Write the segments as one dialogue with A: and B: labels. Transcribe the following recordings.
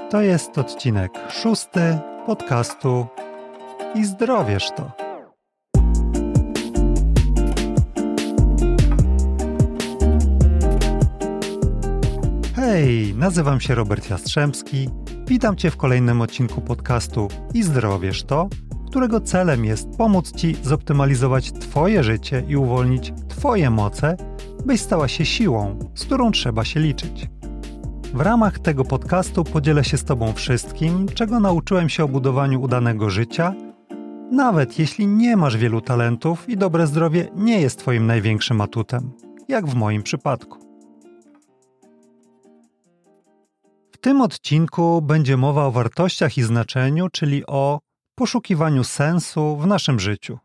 A: To jest odcinek 6 podcastu I zdrowiesz to. Hej, nazywam się Robert Jastrzębski. Witam Cię w kolejnym odcinku podcastu I zdrowiesz to, którego celem jest pomóc Ci zoptymalizować Twoje życie i uwolnić Twoje moce, byś stała się siłą, z którą trzeba się liczyć. W ramach tego podcastu podzielę się z Tobą wszystkim, czego nauczyłem się o budowaniu udanego życia, nawet jeśli nie masz wielu talentów i dobre zdrowie nie jest Twoim największym atutem, jak w moim przypadku. W tym odcinku będzie mowa o wartościach i znaczeniu, czyli o poszukiwaniu sensu w naszym życiu.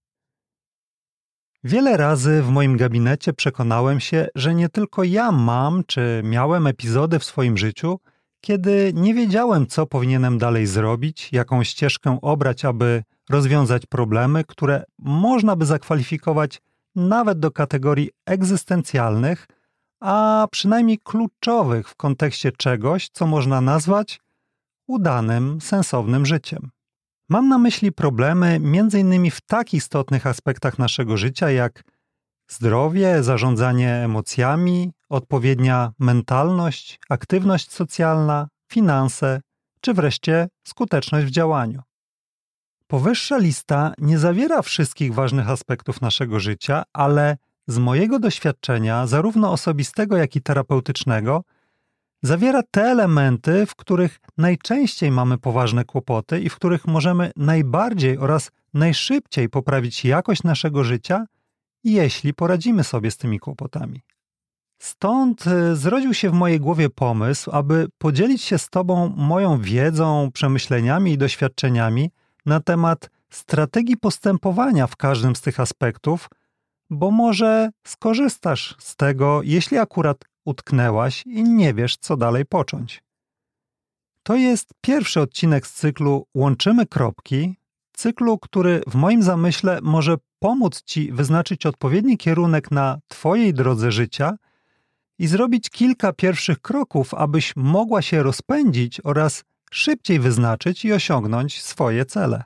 A: Wiele razy w moim gabinecie przekonałem się, że nie tylko ja mam czy miałem epizody w swoim życiu, kiedy nie wiedziałem, co powinienem dalej zrobić, jaką ścieżkę obrać, aby rozwiązać problemy, które można by zakwalifikować nawet do kategorii egzystencjalnych, a przynajmniej kluczowych w kontekście czegoś, co można nazwać udanym, sensownym życiem. Mam na myśli problemy m.in. w tak istotnych aspektach naszego życia jak zdrowie, zarządzanie emocjami, odpowiednia mentalność, aktywność socjalna, finanse, czy wreszcie skuteczność w działaniu. Powyższa lista nie zawiera wszystkich ważnych aspektów naszego życia, ale z mojego doświadczenia, zarówno osobistego, jak i terapeutycznego, zawiera te elementy, w których najczęściej mamy poważne kłopoty i w których możemy najbardziej oraz najszybciej poprawić jakość naszego życia, jeśli poradzimy sobie z tymi kłopotami. Stąd zrodził się w mojej głowie pomysł, aby podzielić się z Tobą moją wiedzą, przemyśleniami i doświadczeniami na temat strategii postępowania w każdym z tych aspektów, bo może skorzystasz z tego, jeśli akurat utknęłaś i nie wiesz, co dalej począć. To jest pierwszy odcinek z cyklu Łączymy kropki, cyklu, który w moim zamyśle może pomóc Ci wyznaczyć odpowiedni kierunek na Twojej drodze życia i zrobić kilka pierwszych kroków, abyś mogła się rozpędzić oraz szybciej wyznaczyć i osiągnąć swoje cele.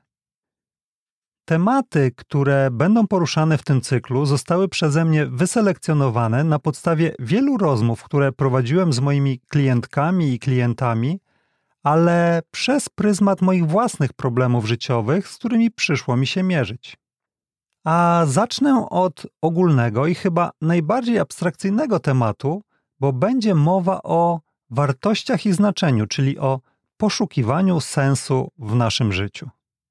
A: Tematy, które będą poruszane w tym cyklu, zostały przeze mnie wyselekcjonowane na podstawie wielu rozmów, które prowadziłem z moimi klientkami i klientami, ale przez pryzmat moich własnych problemów życiowych, z którymi przyszło mi się mierzyć. A zacznę od ogólnego i chyba najbardziej abstrakcyjnego tematu, bo będzie mowa o wartościach i znaczeniu, czyli o poszukiwaniu sensu w naszym życiu.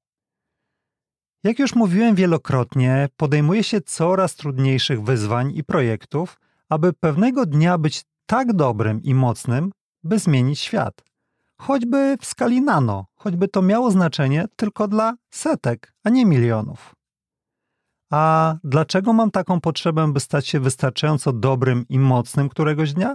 A: Jak już mówiłem wielokrotnie, podejmuję się coraz trudniejszych wyzwań i projektów, aby pewnego dnia być tak dobrym i mocnym, by zmienić świat. Choćby w skali nano, choćby to miało znaczenie tylko dla setek, a nie milionów. A dlaczego mam taką potrzebę, by stać się wystarczająco dobrym i mocnym któregoś dnia?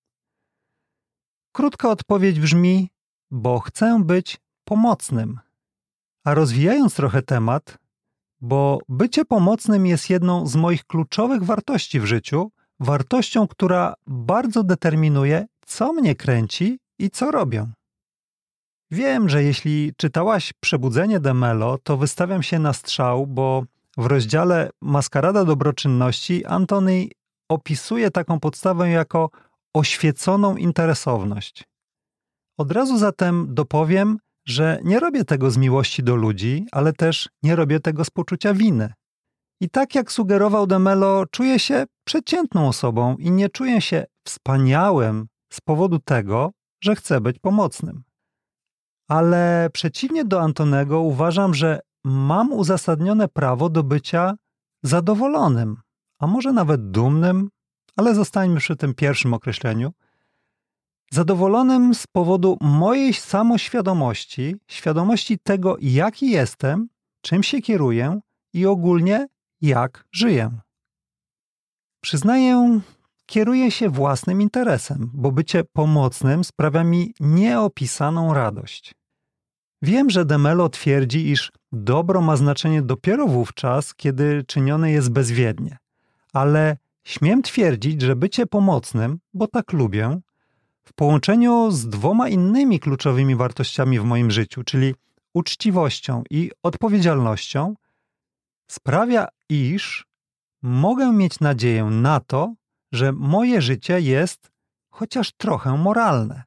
A: Krótka odpowiedź brzmi, bo chcę być pomocnym. A rozwijając trochę temat, bo bycie pomocnym jest jedną z moich kluczowych wartości w życiu, wartością, która bardzo determinuje, co mnie kręci i co robię. Wiem, że jeśli czytałaś Przebudzenie de Mello, to wystawiam się na strzał, bo w rozdziale Maskarada dobroczynności Antony opisuje taką podstawę jako oświeconą interesowność. Od razu zatem dopowiem, że nie robię tego z miłości do ludzi, ale też nie robię tego z poczucia winy. I tak jak sugerował de Mello, czuję się przeciętną osobą i nie czuję się wspaniałym z powodu tego, że chcę być pomocnym. Ale przeciwnie do Antonego uważam, że mam uzasadnione prawo do bycia zadowolonym, a może nawet dumnym, ale zostańmy przy tym pierwszym określeniu, zadowolonym z powodu mojej samoświadomości, świadomości tego, jaki jestem, czym się kieruję i ogólnie jak żyję. Przyznaję, kieruję się własnym interesem, bo bycie pomocnym sprawia mi nieopisaną radość. Wiem, że de Mello twierdzi, iż dobro ma znaczenie dopiero wówczas, kiedy czynione jest bezwiednie, ale śmiem twierdzić, że bycie pomocnym, bo tak lubię, w połączeniu z 2 innymi kluczowymi wartościami w moim życiu, czyli uczciwością i odpowiedzialnością, sprawia, iż mogę mieć nadzieję na to, że moje życie jest chociaż trochę moralne.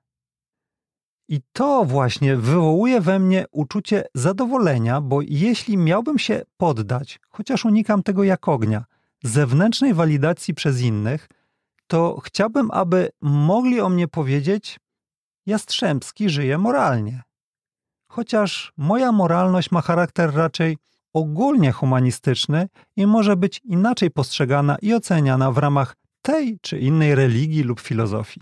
A: I to właśnie wywołuje we mnie uczucie zadowolenia, bo jeśli miałbym się poddać, chociaż unikam tego jak ognia, zewnętrznej walidacji przez innych, to chciałbym, aby mogli o mnie powiedzieć: Jastrzębski żyje moralnie. Chociaż moja moralność ma charakter raczej ogólnie humanistyczny i może być inaczej postrzegana i oceniana w ramach tej czy innej religii lub filozofii.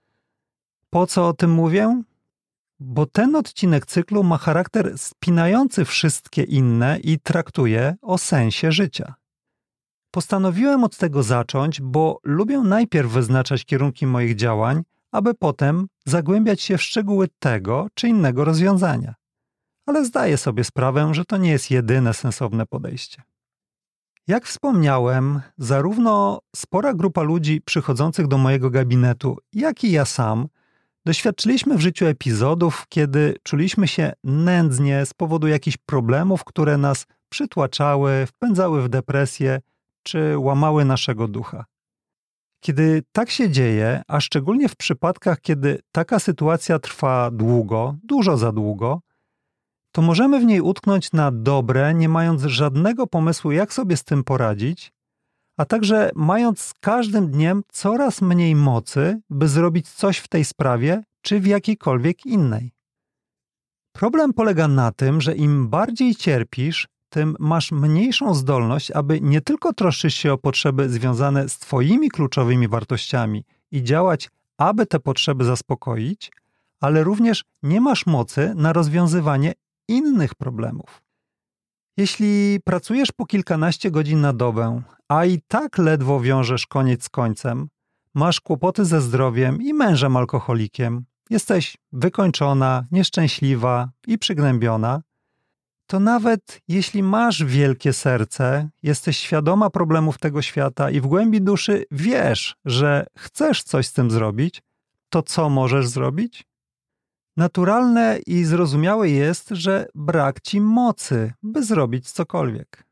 A: Po co o tym mówię? Bo ten odcinek cyklu ma charakter spinający wszystkie inne i traktuje o sensie życia. Postanowiłem od tego zacząć, bo lubię najpierw wyznaczać kierunki moich działań, aby potem zagłębiać się w szczegóły tego czy innego rozwiązania. Ale zdaję sobie sprawę, że to nie jest jedyne sensowne podejście. Jak wspomniałem, zarówno spora grupa ludzi przychodzących do mojego gabinetu, jak i ja sam doświadczyliśmy w życiu epizodów, kiedy czuliśmy się nędznie z powodu jakichś problemów, które nas przytłaczały, wpędzały w depresję czy łamały naszego ducha. Kiedy tak się dzieje, a szczególnie w przypadkach, kiedy taka sytuacja trwa długo, dużo za długo, to możemy w niej utknąć na dobre, nie mając żadnego pomysłu, jak sobie z tym poradzić, a także mając z każdym dniem coraz mniej mocy, by zrobić coś w tej sprawie czy w jakiejkolwiek innej. Problem polega na tym, że im bardziej cierpisz, tym masz mniejszą zdolność, aby nie tylko troszczyć się o potrzeby związane z twoimi kluczowymi wartościami i działać, aby te potrzeby zaspokoić, ale również nie masz mocy na rozwiązywanie innych problemów. Jeśli pracujesz po kilkanaście godzin na dobę, a i tak ledwo wiążesz koniec z końcem, masz kłopoty ze zdrowiem i mężem alkoholikiem, jesteś wykończona, nieszczęśliwa i przygnębiona, to nawet jeśli masz wielkie serce, jesteś świadoma problemów tego świata i w głębi duszy wiesz, że chcesz coś z tym zrobić, to co możesz zrobić? Naturalne i zrozumiałe jest, że brak ci mocy, by zrobić cokolwiek.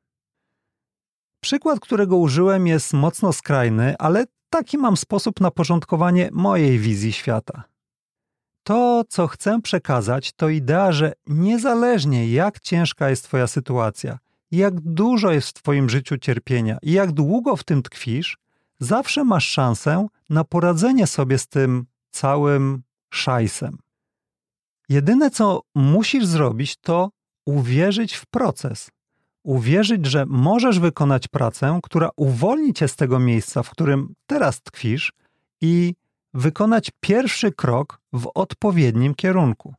A: Przykład, którego użyłem, jest mocno skrajny, ale taki mam sposób na porządkowanie mojej wizji świata. To, co chcę przekazać, to idea, że niezależnie jak ciężka jest twoja sytuacja, jak dużo jest w twoim życiu cierpienia i jak długo w tym tkwisz, zawsze masz szansę na poradzenie sobie z tym całym szajsem. Jedyne, co musisz zrobić, to uwierzyć w proces. Uwierzyć, że możesz wykonać pracę, która uwolni cię z tego miejsca, w którym teraz tkwisz, i wykonać pierwszy krok w odpowiednim kierunku.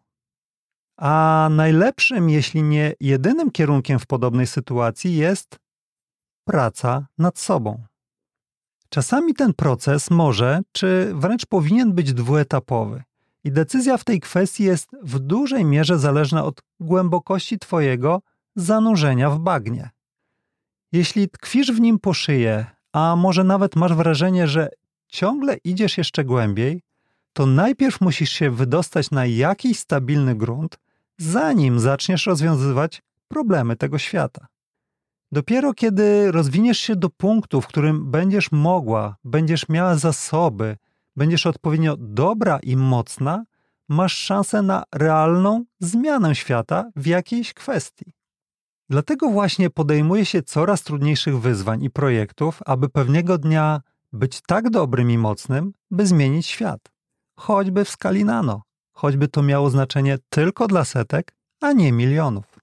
A: A najlepszym, jeśli nie jedynym kierunkiem w podobnej sytuacji jest praca nad sobą. Czasami ten proces może, czy wręcz powinien być dwuetapowy i decyzja w tej kwestii jest w dużej mierze zależna od głębokości twojego zanurzenia w bagnie. Jeśli tkwisz w nim po szyję, a może nawet masz wrażenie, że ciągle idziesz jeszcze głębiej, to najpierw musisz się wydostać na jakiś stabilny grunt, zanim zaczniesz rozwiązywać problemy tego świata. Dopiero kiedy rozwiniesz się do punktu, w którym będziesz miała zasoby, będziesz odpowiednio dobra i mocna, masz szansę na realną zmianę świata w jakiejś kwestii. Dlatego właśnie podejmuję się coraz trudniejszych wyzwań i projektów, aby pewnego dnia być tak dobrym i mocnym, by zmienić świat. Choćby w skali nano, choćby to miało znaczenie tylko dla setek, a nie milionów.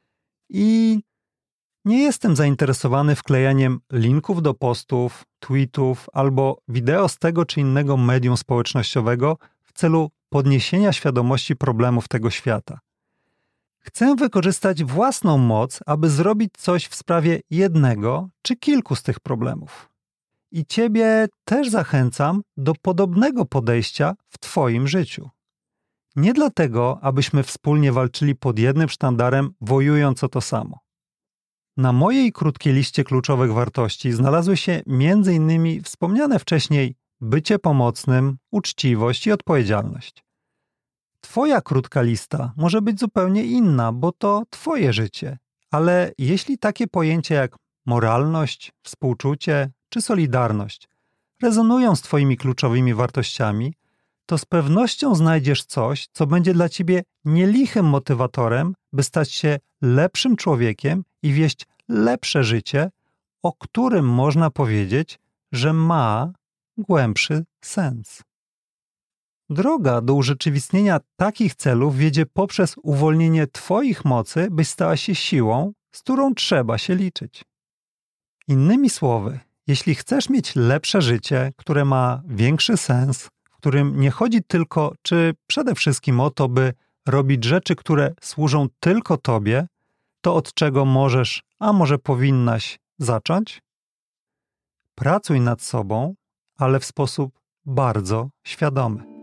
A: I nie jestem zainteresowany wklejaniem linków do postów, tweetów albo wideo z tego czy innego medium społecznościowego w celu podniesienia świadomości problemów tego świata. Chcę wykorzystać własną moc, aby zrobić coś w sprawie jednego czy kilku z tych problemów. I ciebie też zachęcam do podobnego podejścia w twoim życiu. Nie dlatego, abyśmy wspólnie walczyli pod jednym sztandarem, wojując o to samo. Na mojej krótkiej liście kluczowych wartości znalazły się m.in. wspomniane wcześniej bycie pomocnym, uczciwość i odpowiedzialność. Twoja krótka lista może być zupełnie inna, bo to twoje życie, ale jeśli takie pojęcia jak moralność, współczucie czy solidarność rezonują z twoimi kluczowymi wartościami, to z pewnością znajdziesz coś, co będzie dla ciebie nielichym motywatorem, by stać się lepszym człowiekiem i wieść lepsze życie, o którym można powiedzieć, że ma głębszy sens. Droga do urzeczywistnienia takich celów wiedzie poprzez uwolnienie twoich mocy, byś stała się siłą, z którą trzeba się liczyć. Innymi słowy, jeśli chcesz mieć lepsze życie, które ma większy sens, w którym nie chodzi tylko czy przede wszystkim o to, by robić rzeczy, które służą tylko tobie, to od czego możesz, a może powinnaś zacząć? Pracuj nad sobą, ale w sposób bardzo świadomy.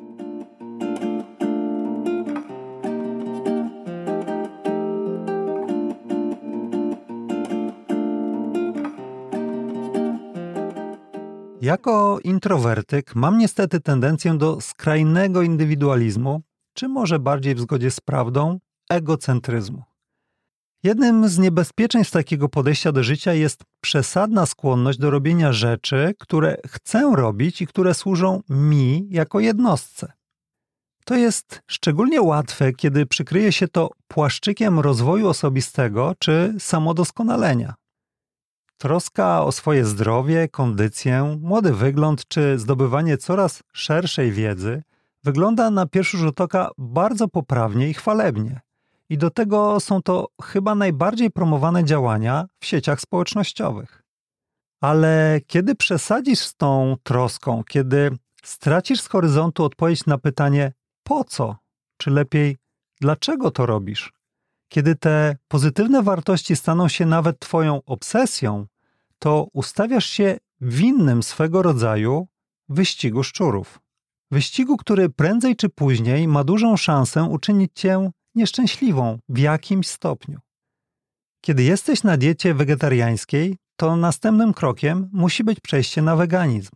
A: Jako introwertyk mam niestety tendencję do skrajnego indywidualizmu, czy może bardziej w zgodzie z prawdą, egocentryzmu. Jednym z niebezpieczeństw takiego podejścia do życia jest przesadna skłonność do robienia rzeczy, które chcę robić i które służą mi jako jednostce. To jest szczególnie łatwe, kiedy przykryje się to płaszczykiem rozwoju osobistego czy samodoskonalenia. Troska o swoje zdrowie, kondycję, młody wygląd czy zdobywanie coraz szerszej wiedzy wygląda na pierwszy rzut oka bardzo poprawnie i chwalebnie. I do tego są to chyba najbardziej promowane działania w sieciach społecznościowych. Ale kiedy przesadzisz z tą troską, kiedy stracisz z horyzontu odpowiedź na pytanie po co, czy lepiej dlaczego to robisz, kiedy te pozytywne wartości staną się nawet twoją obsesją, to ustawiasz się w innym swego rodzaju wyścigu szczurów. Wyścigu, który prędzej czy później ma dużą szansę uczynić cię nieszczęśliwą w jakimś stopniu. Kiedy jesteś na diecie wegetariańskiej, to następnym krokiem musi być przejście na weganizm.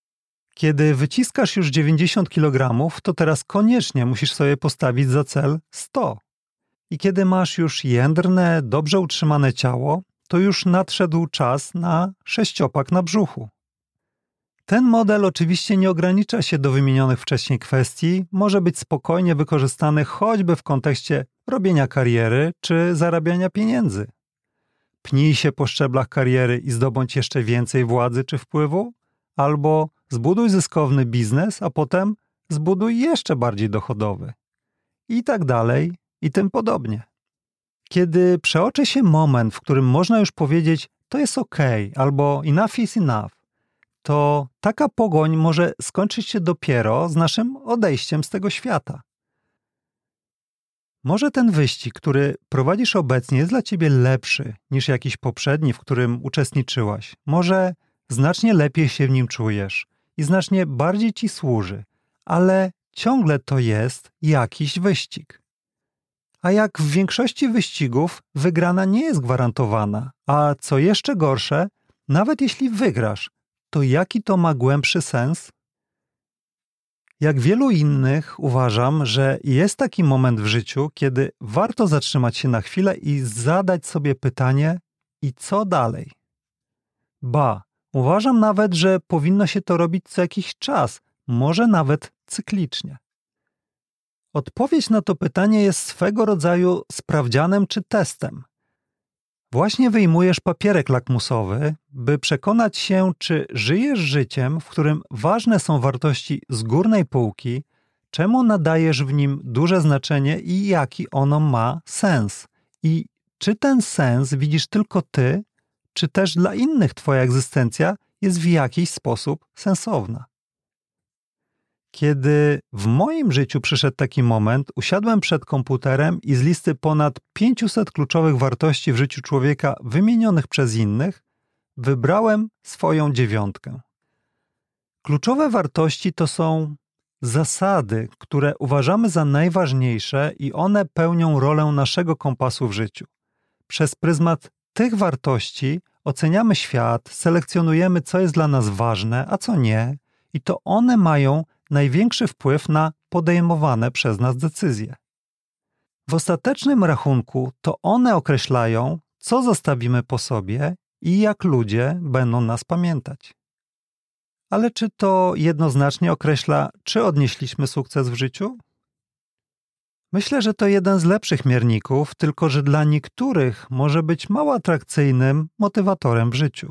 A: Kiedy wyciskasz już 90 kg, to teraz koniecznie musisz sobie postawić za cel 100. I kiedy masz już jędrne, dobrze utrzymane ciało, to już nadszedł czas na 6-pak na brzuchu. Ten model oczywiście nie ogranicza się do wymienionych wcześniej kwestii, może być spokojnie wykorzystany choćby w kontekście robienia kariery czy zarabiania pieniędzy. Pnij się po szczeblach kariery i zdobądź jeszcze więcej władzy czy wpływu, albo zbuduj zyskowny biznes, a potem zbuduj jeszcze bardziej dochodowy. I tak dalej, i tym podobnie. Kiedy przeoczy się moment, w którym można już powiedzieć to jest okej, albo enough is enough, to taka pogoń może skończyć się dopiero z naszym odejściem z tego świata. Może ten wyścig, który prowadzisz obecnie, jest dla ciebie lepszy niż jakiś poprzedni, w którym uczestniczyłaś. Może znacznie lepiej się w nim czujesz i znacznie bardziej ci służy, ale ciągle to jest jakiś wyścig. A jak w większości wyścigów, wygrana nie jest gwarantowana, a co jeszcze gorsze, nawet jeśli wygrasz, to jaki to ma głębszy sens? Jak wielu innych uważam, że jest taki moment w życiu, kiedy warto zatrzymać się na chwilę i zadać sobie pytanie i co dalej? Ba, uważam nawet, że powinno się to robić co jakiś czas, może nawet cyklicznie. Odpowiedź na to pytanie jest swego rodzaju sprawdzianem czy testem. Właśnie wyjmujesz papierek lakmusowy, by przekonać się, czy żyjesz życiem, w którym ważne są wartości z górnej półki, czemu nadajesz w nim duże znaczenie i jaki ono ma sens. I czy ten sens widzisz tylko ty, czy też dla innych twoja egzystencja jest w jakiś sposób sensowna. Kiedy w moim życiu przyszedł taki moment, usiadłem przed komputerem i z listy ponad 500 kluczowych wartości w życiu człowieka wymienionych przez innych, wybrałem swoją 9. Kluczowe wartości to są zasady, które uważamy za najważniejsze i one pełnią rolę naszego kompasu w życiu. Przez pryzmat tych wartości oceniamy świat, selekcjonujemy, co jest dla nas ważne, a co nie, i to one mają największy wpływ na podejmowane przez nas decyzje. W ostatecznym rachunku to one określają, co zostawimy po sobie i jak ludzie będą nas pamiętać. Ale czy to jednoznacznie określa, czy odnieśliśmy sukces w życiu? Myślę, że to jeden z lepszych mierników, tylko że dla niektórych może być mało atrakcyjnym motywatorem w życiu.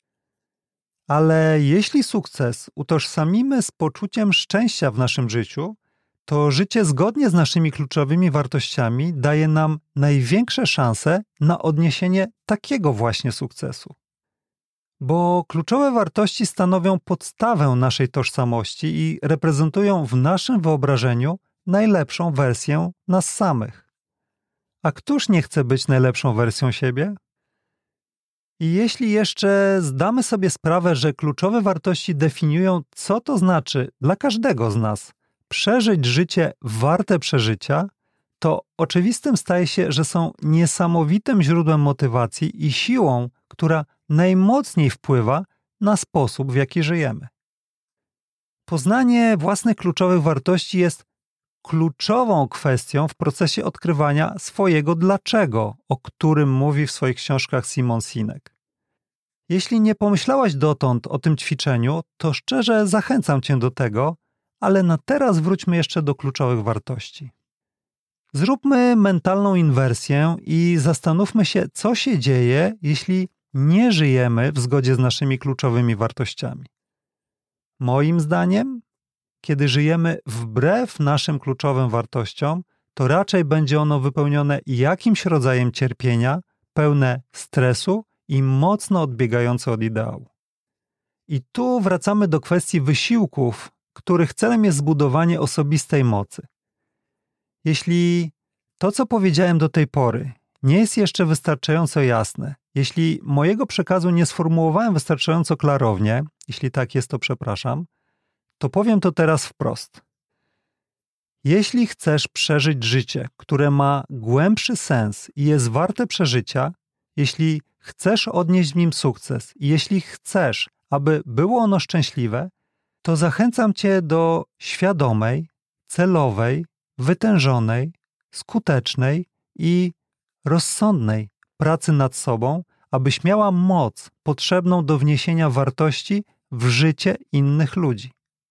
A: Ale jeśli sukces utożsamimy z poczuciem szczęścia w naszym życiu, to życie zgodnie z naszymi kluczowymi wartościami daje nam największe szanse na odniesienie takiego właśnie sukcesu. Bo kluczowe wartości stanowią podstawę naszej tożsamości i reprezentują w naszym wyobrażeniu najlepszą wersję nas samych. A któż nie chce być najlepszą wersją siebie? I jeśli jeszcze zdamy sobie sprawę, że kluczowe wartości definiują, co to znaczy dla każdego z nas przeżyć życie warte przeżycia, to oczywistym staje się, że są niesamowitym źródłem motywacji i siłą, która najmocniej wpływa na sposób, w jaki żyjemy. Poznanie własnych kluczowych wartości jest kluczową kwestią w procesie odkrywania swojego dlaczego, o którym mówi w swoich książkach Simon Sinek. Jeśli nie pomyślałaś dotąd o tym ćwiczeniu, to szczerze zachęcam cię do tego, ale na teraz wróćmy jeszcze do kluczowych wartości. Zróbmy mentalną inwersję i zastanówmy się, co się dzieje, jeśli nie żyjemy w zgodzie z naszymi kluczowymi wartościami. Moim zdaniem, kiedy żyjemy wbrew naszym kluczowym wartościom, to raczej będzie ono wypełnione jakimś rodzajem cierpienia, pełne stresu i mocno odbiegające od ideału. I tu wracamy do kwestii wysiłków, których celem jest zbudowanie osobistej mocy. Jeśli to, co powiedziałem do tej pory, nie jest jeszcze wystarczająco jasne, jeśli mojego przekazu nie sformułowałem wystarczająco klarownie, jeśli tak jest, to przepraszam, to powiem to teraz wprost. Jeśli chcesz przeżyć życie, które ma głębszy sens i jest warte przeżycia, jeśli chcesz odnieść w nim sukces i jeśli chcesz, aby było ono szczęśliwe, to zachęcam cię do świadomej, celowej, wytężonej, skutecznej i rozsądnej pracy nad sobą, abyś miała moc potrzebną do wniesienia wartości w życie innych ludzi.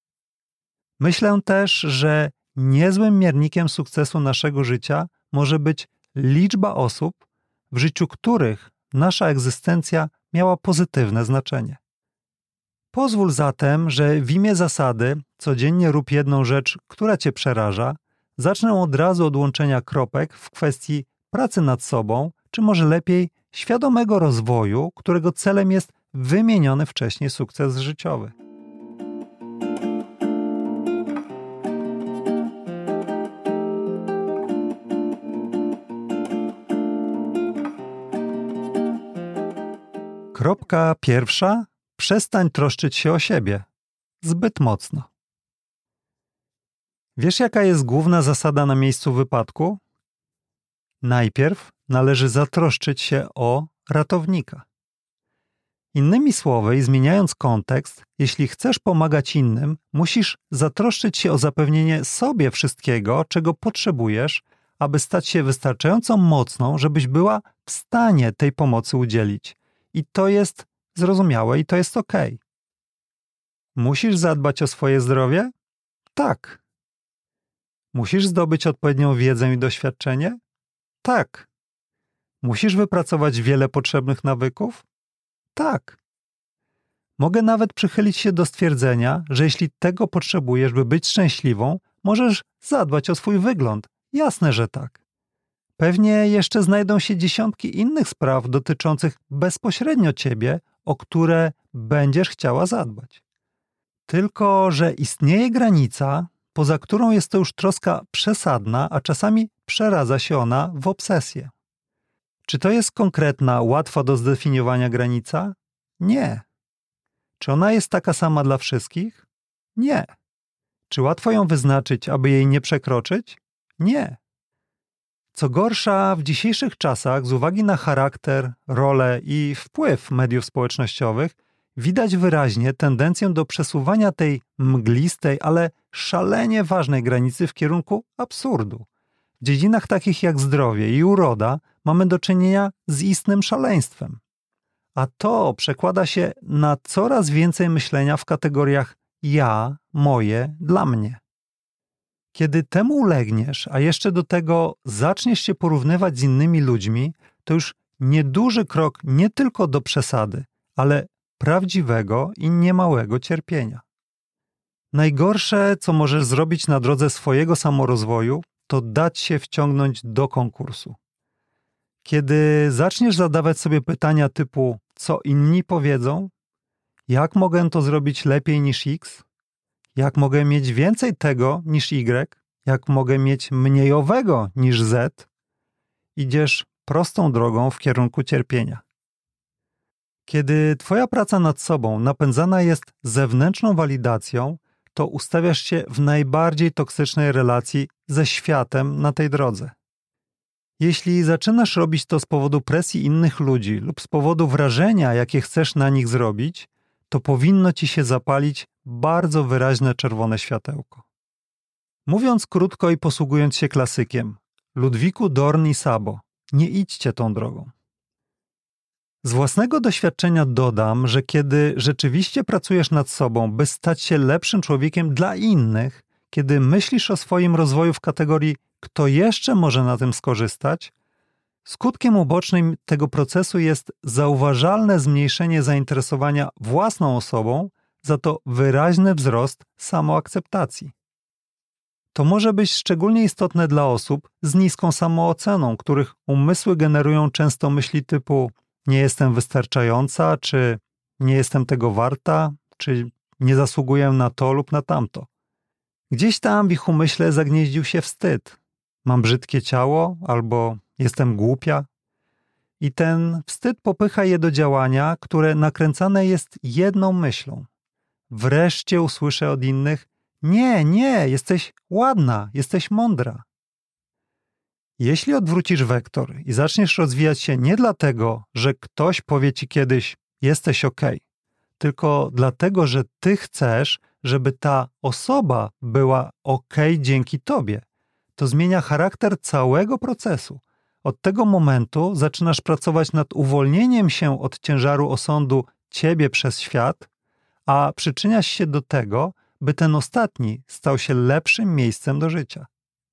A: Myślę też, że niezłym miernikiem sukcesu naszego życia może być liczba osób, w życiu których nasza egzystencja miała pozytywne znaczenie. Pozwól zatem, że w imię zasady codziennie rób jedną rzecz, która cię przeraża, zacznę od razu od łączenia kropek w kwestii pracy nad sobą, czy może lepiej świadomego rozwoju, którego celem jest wymieniony wcześniej sukces życiowy. Kropka pierwsza. Przestań troszczyć się o siebie. Zbyt mocno. Wiesz, jaka jest główna zasada na miejscu wypadku? Najpierw należy zatroszczyć się o ratownika. Innymi słowy, zmieniając kontekst, jeśli chcesz pomagać innym, musisz zatroszczyć się o zapewnienie sobie wszystkiego, czego potrzebujesz, aby stać się wystarczająco mocną, żebyś była w stanie tej pomocy udzielić. I to jest zrozumiałe i to jest okej. Musisz zadbać o swoje zdrowie? Tak. Musisz zdobyć odpowiednią wiedzę i doświadczenie? Tak. Musisz wypracować wiele potrzebnych nawyków? Tak. Mogę nawet przychylić się do stwierdzenia, że jeśli tego potrzebujesz, by być szczęśliwą, możesz zadbać o swój wygląd. Jasne, że tak. Pewnie jeszcze znajdą się dziesiątki innych spraw dotyczących bezpośrednio ciebie, o które będziesz chciała zadbać. Tylko że istnieje granica, poza którą jest to już troska przesadna, a czasami przeradza się ona w obsesję. Czy to jest konkretna, łatwa do zdefiniowania granica? Nie. Czy ona jest taka sama dla wszystkich? Nie. Czy łatwo ją wyznaczyć, aby jej nie przekroczyć? Nie. Co gorsza, w dzisiejszych czasach, z uwagi na charakter, rolę i wpływ mediów społecznościowych, widać wyraźnie tendencję do przesuwania tej mglistej, ale szalenie ważnej granicy w kierunku absurdu. W dziedzinach takich jak zdrowie i uroda mamy do czynienia z istnym szaleństwem. A to przekłada się na coraz więcej myślenia w kategoriach ja, moje, dla mnie. Kiedy temu ulegniesz, a jeszcze do tego zaczniesz się porównywać z innymi ludźmi, to już nieduży krok nie tylko do przesady, ale prawdziwego i niemałego cierpienia. Najgorsze, co możesz zrobić na drodze swojego samorozwoju, to dać się wciągnąć do konkursu. Kiedy zaczniesz zadawać sobie pytania typu co inni powiedzą, jak mogę to zrobić lepiej niż X, jak mogę mieć więcej tego niż Y, jak mogę mieć mniej owego niż Z, idziesz prostą drogą w kierunku cierpienia. Kiedy twoja praca nad sobą napędzana jest zewnętrzną walidacją, to ustawiasz się w najbardziej toksycznej relacji ze światem na tej drodze. Jeśli zaczynasz robić to z powodu presji innych ludzi lub z powodu wrażenia, jakie chcesz na nich zrobić, to powinno ci się zapalić bardzo wyraźne czerwone światełko. Mówiąc krótko i posługując się klasykiem, Ludwiku, Dorn i Sabo, nie idźcie tą drogą. Z własnego doświadczenia dodam, że kiedy rzeczywiście pracujesz nad sobą, by stać się lepszym człowiekiem dla innych, kiedy myślisz o swoim rozwoju w kategorii kto jeszcze może na tym skorzystać, skutkiem ubocznym tego procesu jest zauważalne zmniejszenie zainteresowania własną osobą, za to wyraźny wzrost samoakceptacji. To może być szczególnie istotne dla osób z niską samooceną, których umysły generują często myśli typu nie jestem wystarczająca, czy nie jestem tego warta, czy nie zasługuję na to lub na tamto. Gdzieś tam w ich umyśle zagnieździł się wstyd. Mam brzydkie ciało albo jestem głupia. I ten wstyd popycha je do działania, które nakręcane jest jedną myślą. Wreszcie usłyszę od innych: nie, jesteś ładna, jesteś mądra. Jeśli odwrócisz wektor i zaczniesz rozwijać się nie dlatego, że ktoś powie ci kiedyś jesteś okej, tylko dlatego, że ty chcesz, żeby ta osoba była okej dzięki tobie, to zmienia charakter całego procesu. Od tego momentu zaczynasz pracować nad uwolnieniem się od ciężaru osądu ciebie przez świat, a przyczyniasz się do tego, by ten ostatni stał się lepszym miejscem do życia.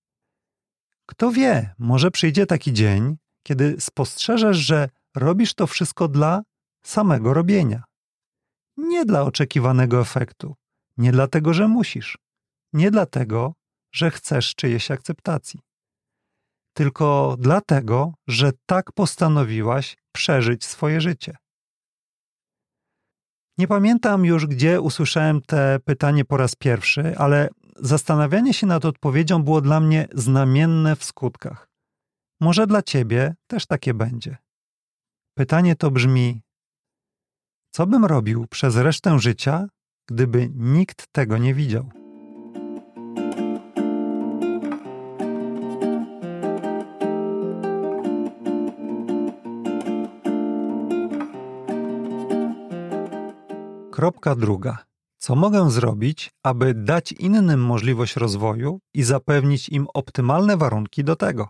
A: Kto wie, może przyjdzie taki dzień, kiedy spostrzeżesz, że robisz to wszystko dla samego robienia. Nie dla oczekiwanego efektu, nie dlatego, że musisz, nie dlatego, że chcesz czyjejś akceptacji. Tylko dlatego, że tak postanowiłaś przeżyć swoje życie. Nie pamiętam już, gdzie usłyszałem te pytanie po raz pierwszy, ale zastanawianie się nad odpowiedzią było dla mnie znamienne w skutkach. Może dla ciebie też takie będzie. Pytanie to brzmi: co bym robił przez resztę życia, gdyby nikt tego nie widział? Kropka druga. Co mogę zrobić, aby dać innym możliwość rozwoju i zapewnić im optymalne warunki do tego?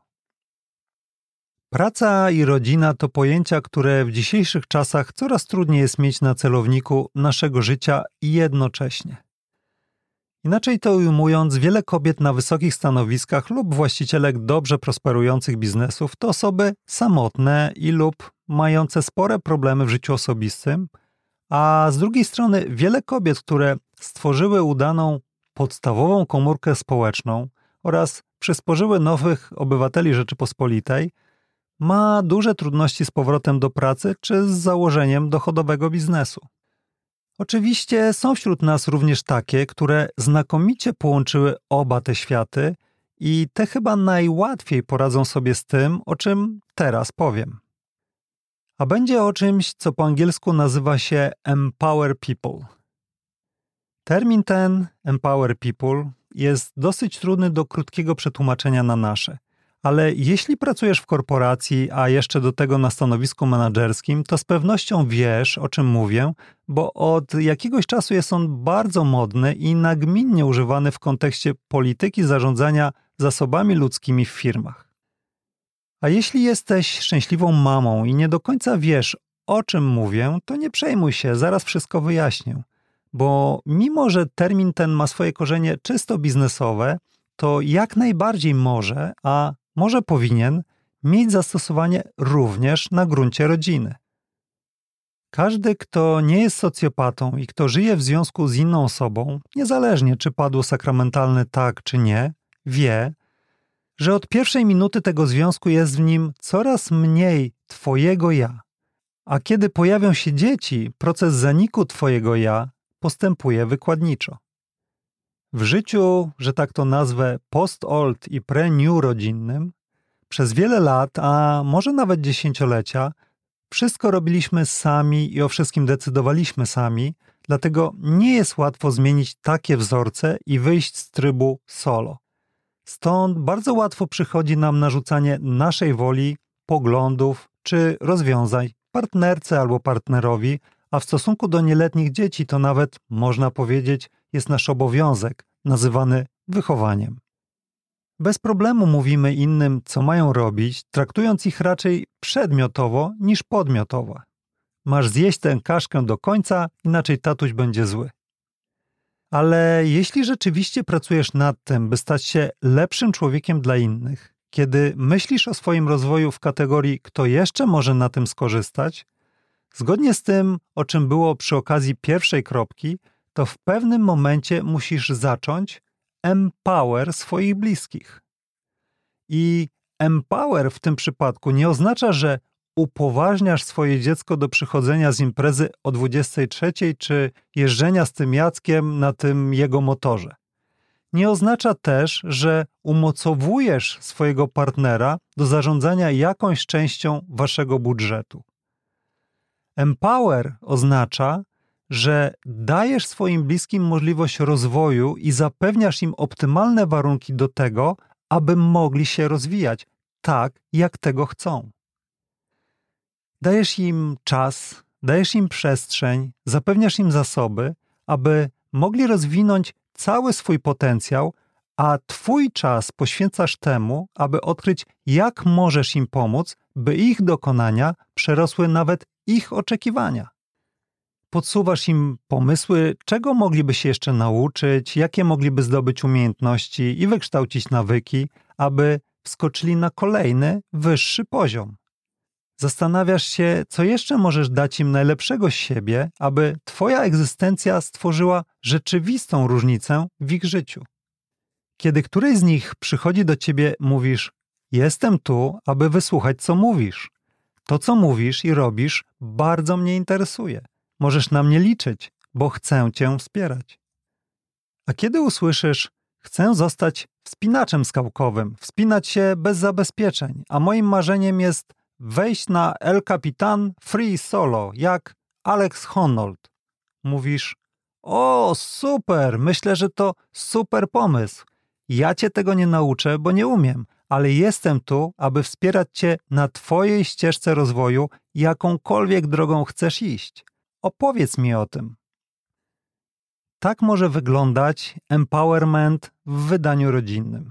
A: Praca i rodzina to pojęcia, które w dzisiejszych czasach coraz trudniej jest mieć na celowniku naszego życia jednocześnie. Inaczej to ujmując, wiele kobiet na wysokich stanowiskach lub właścicielek dobrze prosperujących biznesów to osoby samotne i lub mające spore problemy w życiu osobistym, a z drugiej strony wiele kobiet, które stworzyły udaną, podstawową komórkę społeczną oraz przysporzyły nowych obywateli Rzeczypospolitej, ma duże trudności z powrotem do pracy czy z założeniem dochodowego biznesu. Oczywiście są wśród nas również takie, które znakomicie połączyły oba te światy i te chyba najłatwiej poradzą sobie z tym, o czym teraz powiem. A będzie o czymś, co po angielsku nazywa się Empower People. Termin ten, Empower People, jest dosyć trudny do krótkiego przetłumaczenia na nasze, Ale jeśli pracujesz w korporacji, a jeszcze do tego na stanowisku menedżerskim, to z pewnością wiesz, o czym mówię, bo od jakiegoś czasu jest on bardzo modny i nagminnie używany w kontekście polityki zarządzania zasobami ludzkimi w firmach. A jeśli jesteś szczęśliwą mamą i nie do końca wiesz, o czym mówię, to nie przejmuj się, zaraz wszystko wyjaśnię. Bo mimo, że termin ten ma swoje korzenie czysto biznesowe, to jak najbardziej może, a może powinien, mieć zastosowanie również na gruncie rodziny. Każdy, kto nie jest socjopatą i kto żyje w związku z inną osobą, niezależnie czy padło sakramentalne tak czy nie, wie, że od pierwszej minuty tego związku jest w nim coraz mniej twojego ja. A kiedy pojawią się dzieci, proces zaniku twojego ja postępuje wykładniczo. W życiu, że tak to nazwę, post-old i pre-new rodzinnym, przez wiele lat, a może nawet dziesięciolecia, wszystko robiliśmy sami i o wszystkim decydowaliśmy sami, dlatego nie jest łatwo zmienić takie wzorce i wyjść z trybu solo. Stąd bardzo łatwo przychodzi nam narzucanie naszej woli, poglądów czy rozwiązań partnerce albo partnerowi, a w stosunku do nieletnich dzieci to nawet, można powiedzieć, jest nasz obowiązek, nazywany wychowaniem. Bez problemu mówimy innym, co mają robić, traktując ich raczej przedmiotowo niż podmiotowo. Masz zjeść tę kaszkę do końca, inaczej tatuś będzie zły. Ale jeśli rzeczywiście pracujesz nad tym, by stać się lepszym człowiekiem dla innych, kiedy myślisz o swoim rozwoju w kategorii kto jeszcze może na tym skorzystać, zgodnie z tym, o czym było przy okazji pierwszej kropki, to w pewnym momencie musisz zacząć empower swoich bliskich. I empower w tym przypadku nie oznacza, że upoważniasz swoje dziecko do przychodzenia z imprezy o 23 czy jeżdżenia z tym Jackiem na tym jego motorze. Nie oznacza też, że umocowujesz swojego partnera do zarządzania jakąś częścią waszego budżetu. Empower oznacza, że dajesz swoim bliskim możliwość rozwoju i zapewniasz im optymalne warunki do tego, aby mogli się rozwijać tak, jak tego chcą. Dajesz im czas, dajesz im przestrzeń, zapewniasz im zasoby, aby mogli rozwinąć cały swój potencjał, a twój czas poświęcasz temu, aby odkryć, jak możesz im pomóc, by ich dokonania przerosły nawet ich oczekiwania. Podsuwasz im pomysły, czego mogliby się jeszcze nauczyć, jakie mogliby zdobyć umiejętności i wykształcić nawyki, aby wskoczyli na kolejny, wyższy poziom. Zastanawiasz się, co jeszcze możesz dać im najlepszego z siebie, aby twoja egzystencja stworzyła rzeczywistą różnicę w ich życiu. Kiedy któryś z nich przychodzi do ciebie, mówisz: jestem tu, aby wysłuchać, co mówisz. To, co mówisz i robisz, bardzo mnie interesuje. Możesz na mnie liczyć, bo chcę cię wspierać. A kiedy usłyszysz: chcę zostać wspinaczem skałkowym, wspinać się bez zabezpieczeń, a moim marzeniem jest wejść na El Capitan Free Solo, jak Alex Honnold. Mówisz: o, super, myślę, że to super pomysł. Ja cię tego nie nauczę, bo nie umiem, ale jestem tu, aby wspierać cię na twojej ścieżce rozwoju, jakąkolwiek drogą chcesz iść. Opowiedz mi o tym. Tak może wyglądać empowerment w wydaniu rodzinnym.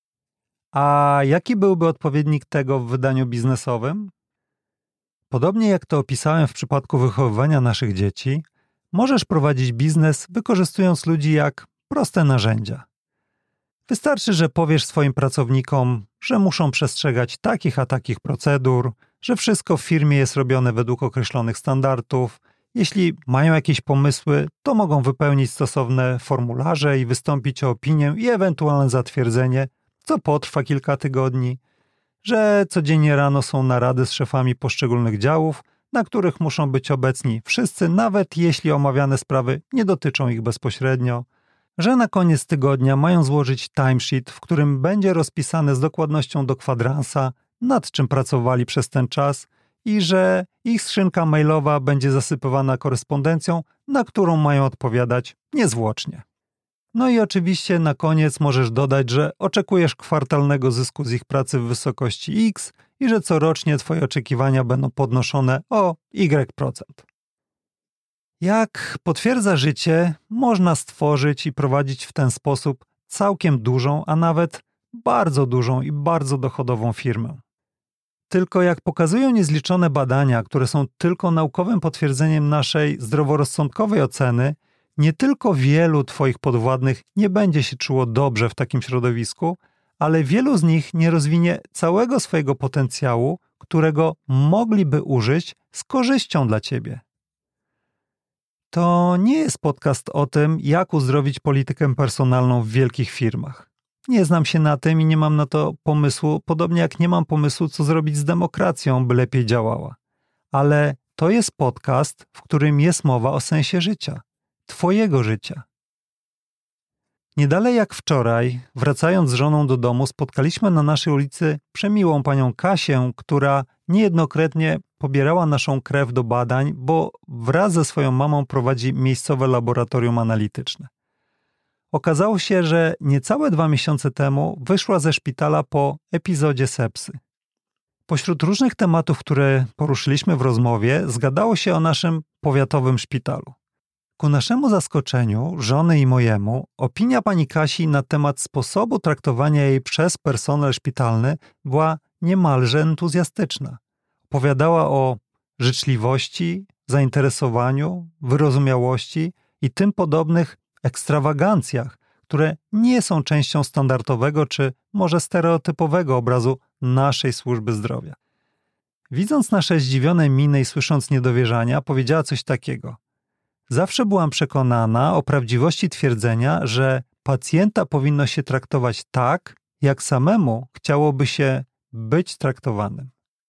A: A jaki byłby odpowiednik tego w wydaniu biznesowym? Podobnie jak to opisałem w przypadku wychowywania naszych dzieci, możesz prowadzić biznes wykorzystując ludzi jak proste narzędzia. Wystarczy, że powiesz swoim pracownikom, że muszą przestrzegać takich a takich procedur, że wszystko w firmie jest robione według określonych standardów. Jeśli mają jakieś pomysły, to mogą wypełnić stosowne formularze i wystąpić o opinię i ewentualne zatwierdzenie, co potrwa kilka tygodni, że codziennie rano są narady z szefami poszczególnych działów, na których muszą być obecni wszyscy, nawet jeśli omawiane sprawy nie dotyczą ich bezpośrednio, że na koniec tygodnia mają złożyć timesheet, w którym będzie rozpisane z dokładnością do kwadransa, nad czym pracowali przez ten czas i że ich skrzynka mailowa będzie zasypywana korespondencją, na którą mają odpowiadać niezwłocznie. No i oczywiście na koniec możesz dodać, że oczekujesz kwartalnego zysku z ich pracy w wysokości X i że corocznie twoje oczekiwania będą podnoszone o Y%. Jak potwierdza życie, można stworzyć i prowadzić w ten sposób całkiem dużą, a nawet bardzo dużą i bardzo dochodową firmę. Tylko jak pokazują niezliczone badania, które są tylko naukowym potwierdzeniem naszej zdroworozsądkowej oceny, nie tylko wielu twoich podwładnych nie będzie się czuło dobrze w takim środowisku, ale wielu z nich nie rozwinie całego swojego potencjału, którego mogliby użyć z korzyścią dla ciebie. To nie jest podcast o tym, jak uzdrowić politykę personalną w wielkich firmach. Nie znam się na tym i nie mam na to pomysłu, podobnie jak nie mam pomysłu, co zrobić z demokracją, by lepiej działała. Ale to jest podcast, w którym jest mowa o sensie życia, twojego życia. Nie dalej jak wczoraj, wracając z żoną do domu, spotkaliśmy na naszej ulicy przemiłą panią Kasię, która niejednokrotnie pobierała naszą krew do badań, bo wraz ze swoją mamą prowadzi miejscowe laboratorium analityczne. Okazało się, że niecałe 2 miesiące temu wyszła ze szpitala po epizodzie sepsy. Pośród różnych tematów, które poruszyliśmy w rozmowie, zgadało się o naszym powiatowym szpitalu. Ku naszemu zaskoczeniu, żony i mojemu, opinia pani Kasi na temat sposobu traktowania jej przez personel szpitalny była niemalże entuzjastyczna. Opowiadała o życzliwości, zainteresowaniu, wyrozumiałości i tym podobnych ekstrawagancjach, które nie są częścią standardowego czy może stereotypowego obrazu naszej służby zdrowia. Widząc nasze zdziwione miny i słysząc niedowierzania, powiedziała coś takiego. Zawsze byłam przekonana o prawdziwości twierdzenia, że pacjenta powinno się traktować tak, jak samemu chciałoby się być traktowanym.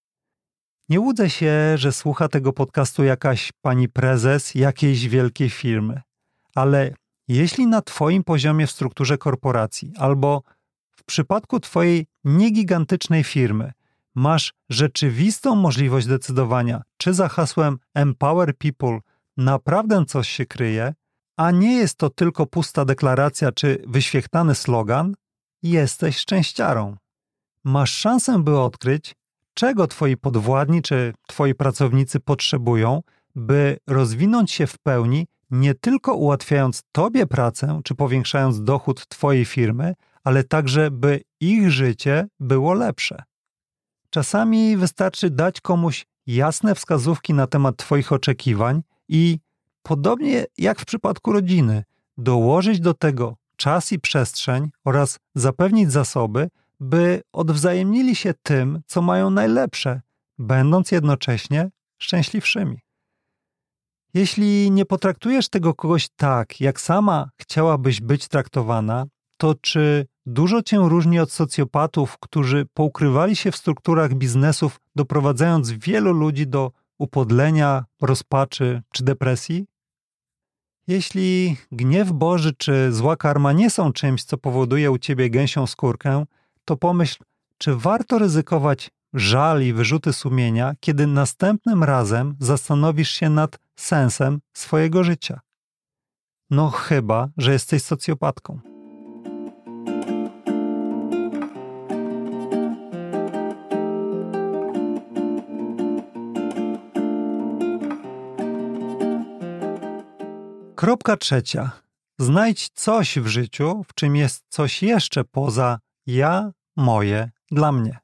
A: Nie łudzę się, że słucha tego podcastu jakaś pani prezes jakiejś wielkiej firmy, ale jeśli na twoim poziomie w strukturze korporacji albo w przypadku twojej niegigantycznej firmy masz rzeczywistą możliwość decydowania, czy za hasłem Empower People naprawdę coś się kryje, a nie jest to tylko pusta deklaracja czy wyświechtany slogan, jesteś szczęściarą. Masz szansę, by odkryć, czego twoi podwładni czy twoi pracownicy potrzebują, by rozwinąć się w pełni, nie tylko ułatwiając tobie pracę czy powiększając dochód twojej firmy, ale także, by ich życie było lepsze. Czasami wystarczy dać komuś jasne wskazówki na temat twoich oczekiwań i, podobnie jak w przypadku rodziny, dołożyć do tego czas i przestrzeń oraz zapewnić zasoby, by odwzajemnili się tym, co mają najlepsze, będąc jednocześnie szczęśliwszymi. Jeśli nie potraktujesz tego kogoś tak, jak sama chciałabyś być traktowana, to czy dużo cię różni od socjopatów, którzy poukrywali się w strukturach biznesów, doprowadzając wielu ludzi do upodlenia, rozpaczy czy depresji? Jeśli gniew Boży czy zła karma nie są czymś, co powoduje u ciebie gęsią skórkę, to pomyśl, czy warto ryzykować żal i wyrzuty sumienia, kiedy następnym razem zastanowisz się nad sensem swojego życia. No chyba, że jesteś socjopatką. Kropka 3. Znajdź coś w życiu, w czym jest coś jeszcze poza ja, moje, dla mnie.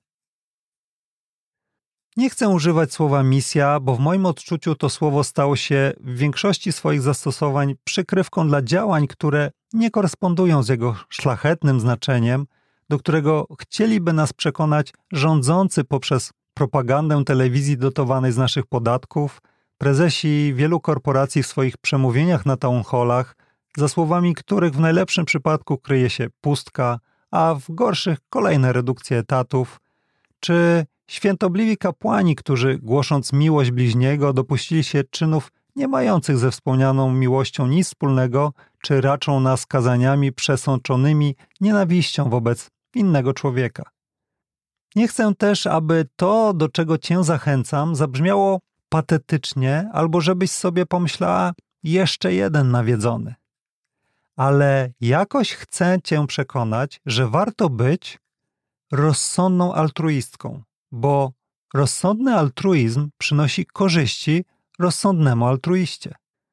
A: Nie chcę używać słowa misja, bo w moim odczuciu to słowo stało się w większości swoich zastosowań przykrywką dla działań, które nie korespondują z jego szlachetnym znaczeniem, do którego chcieliby nas przekonać rządzący poprzez propagandę telewizji dotowanej z naszych podatków, prezesi wielu korporacji w swoich przemówieniach na town hallach, za słowami których w najlepszym przypadku kryje się pustka, a w gorszych kolejne redukcje etatów, czy świętobliwi kapłani, którzy głosząc miłość bliźniego dopuścili się czynów nie mających ze wspomnianą miłością nic wspólnego, czy raczą nas kazaniami przesączonymi nienawiścią wobec innego człowieka. Nie chcę też, aby to, do czego cię zachęcam, zabrzmiało patetycznie, albo żebyś sobie pomyślała jeszcze jeden nawiedzony. ale jakoś chcę cię przekonać, że warto być rozsądną altruistką, bo rozsądny altruizm przynosi korzyści rozsądnemu altruiście.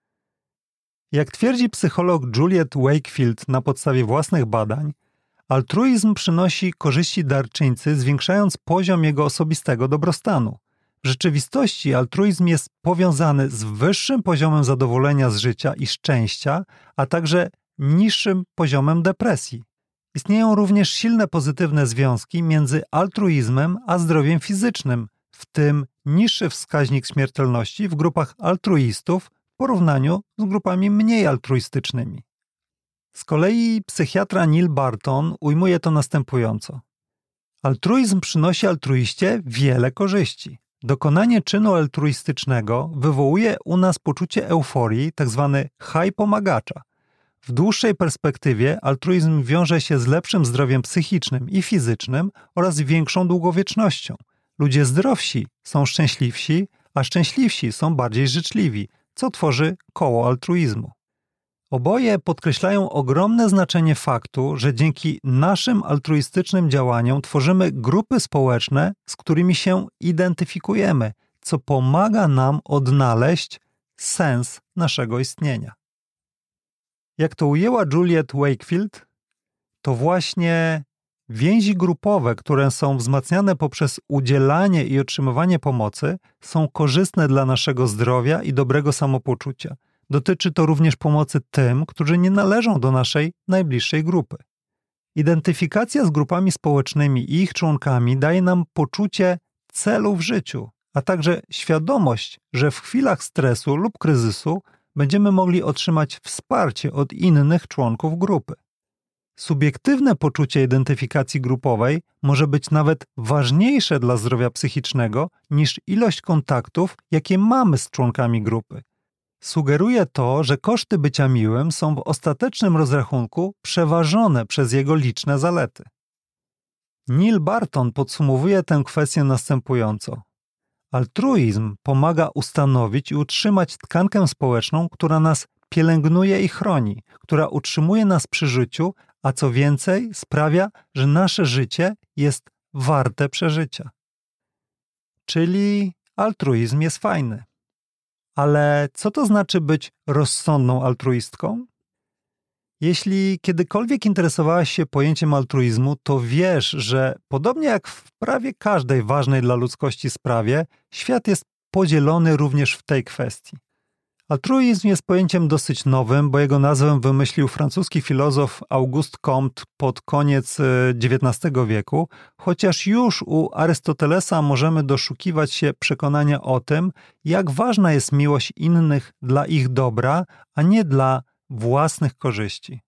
A: Jak twierdzi psycholog Juliet Wakefield na podstawie własnych badań, altruizm przynosi korzyści darczyńcy, zwiększając poziom jego osobistego dobrostanu. W rzeczywistości altruizm jest powiązany z wyższym poziomem zadowolenia z życia i szczęścia, a także niższym poziomem depresji. Istnieją również silne pozytywne związki między altruizmem a zdrowiem fizycznym, w tym niższy wskaźnik śmiertelności w grupach altruistów w porównaniu z grupami mniej altruistycznymi. Z kolei psychiatra Neil Barton ujmuje to następująco. Altruizm przynosi altruiście wiele korzyści. Dokonanie czynu altruistycznego wywołuje u nas poczucie euforii, tzw. high pomagacza. W dłuższej perspektywie altruizm wiąże się z lepszym zdrowiem psychicznym i fizycznym oraz większą długowiecznością. Ludzie zdrowsi są szczęśliwsi, a szczęśliwsi są bardziej życzliwi, co tworzy koło altruizmu. Oboje podkreślają ogromne znaczenie faktu, że dzięki naszym altruistycznym działaniom tworzymy grupy społeczne, z którymi się identyfikujemy, co pomaga nam odnaleźć sens naszego istnienia. Jak to ujęła Juliet Wakefield, to właśnie więzi grupowe, które są wzmacniane poprzez udzielanie i otrzymywanie pomocy, są korzystne dla naszego zdrowia i dobrego samopoczucia. Dotyczy to również pomocy tym, którzy nie należą do naszej najbliższej grupy. Identyfikacja z grupami społecznymi i ich członkami daje nam poczucie celu w życiu, a także świadomość, że w chwilach stresu lub kryzysu będziemy mogli otrzymać wsparcie od innych członków grupy. Subiektywne poczucie identyfikacji grupowej może być nawet ważniejsze dla zdrowia psychicznego niż ilość kontaktów, jakie mamy z członkami grupy. Sugeruje to, że koszty bycia miłym są w ostatecznym rozrachunku przeważone przez jego liczne zalety. Neil Barton podsumowuje tę kwestię następująco. Altruizm pomaga ustanowić i utrzymać tkankę społeczną, która nas pielęgnuje i chroni, która utrzymuje nas przy życiu, a co więcej sprawia, że nasze życie jest warte przeżycia. Czyli altruizm jest fajny. Ale co to znaczy być rozsądną altruistką? Jeśli kiedykolwiek interesowałaś się pojęciem altruizmu, to wiesz, że podobnie jak w prawie każdej ważnej dla ludzkości sprawie, świat jest podzielony również w tej kwestii. Altruizm jest pojęciem dosyć nowym, bo jego nazwę wymyślił francuski filozof Auguste Comte pod koniec XIX wieku, chociaż już u Arystotelesa możemy doszukiwać się przekonania o tym, jak ważna jest miłość innych dla ich dobra, a nie dla własnych korzyści.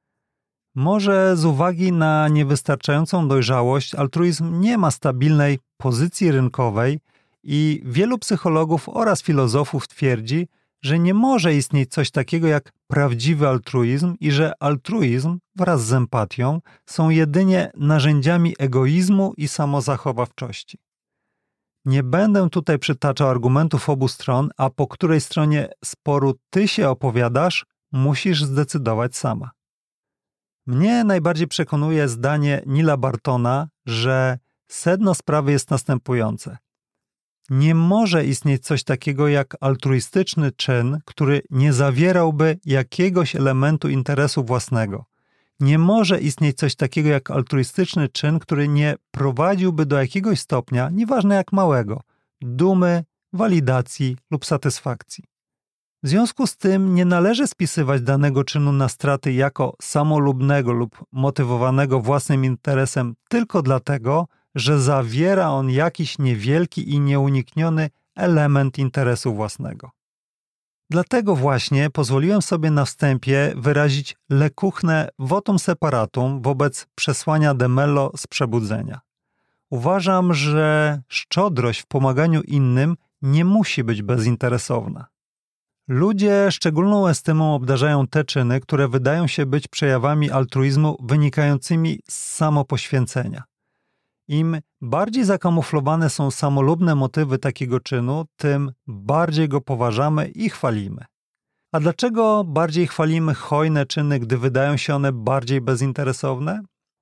A: Może z uwagi na niewystarczającą dojrzałość altruizm nie ma stabilnej pozycji rynkowej i wielu psychologów oraz filozofów twierdzi, że nie może istnieć coś takiego jak prawdziwy altruizm i że altruizm wraz z empatią są jedynie narzędziami egoizmu i samozachowawczości. Nie będę tutaj przytaczał argumentów obu stron, a po której stronie sporu ty się opowiadasz, musisz zdecydować sama. Mnie najbardziej przekonuje zdanie Neila Bartona, że sedno sprawy jest następujące. Nie może istnieć coś takiego jak altruistyczny czyn, który nie zawierałby jakiegoś elementu interesu własnego. Nie może istnieć coś takiego jak altruistyczny czyn, który nie prowadziłby do jakiegoś stopnia, nieważne jak małego, dumy, walidacji lub satysfakcji. W związku z tym nie należy spisywać danego czynu na straty jako samolubnego lub motywowanego własnym interesem tylko dlatego, że zawiera on jakiś niewielki i nieunikniony element interesu własnego. Dlatego właśnie pozwoliłem sobie na wstępie wyrazić lekuchne votum separatum wobec przesłania de Mello z Przebudzenia. Uważam, że szczodrość w pomaganiu innym nie musi być bezinteresowna. Ludzie szczególną estymą obdarzają te czyny, które wydają się być przejawami altruizmu wynikającymi z samopoświęcenia. Im bardziej zakamuflowane są samolubne motywy takiego czynu, tym bardziej go poważamy i chwalimy. A dlaczego bardziej chwalimy hojne czyny, gdy wydają się one bardziej bezinteresowne?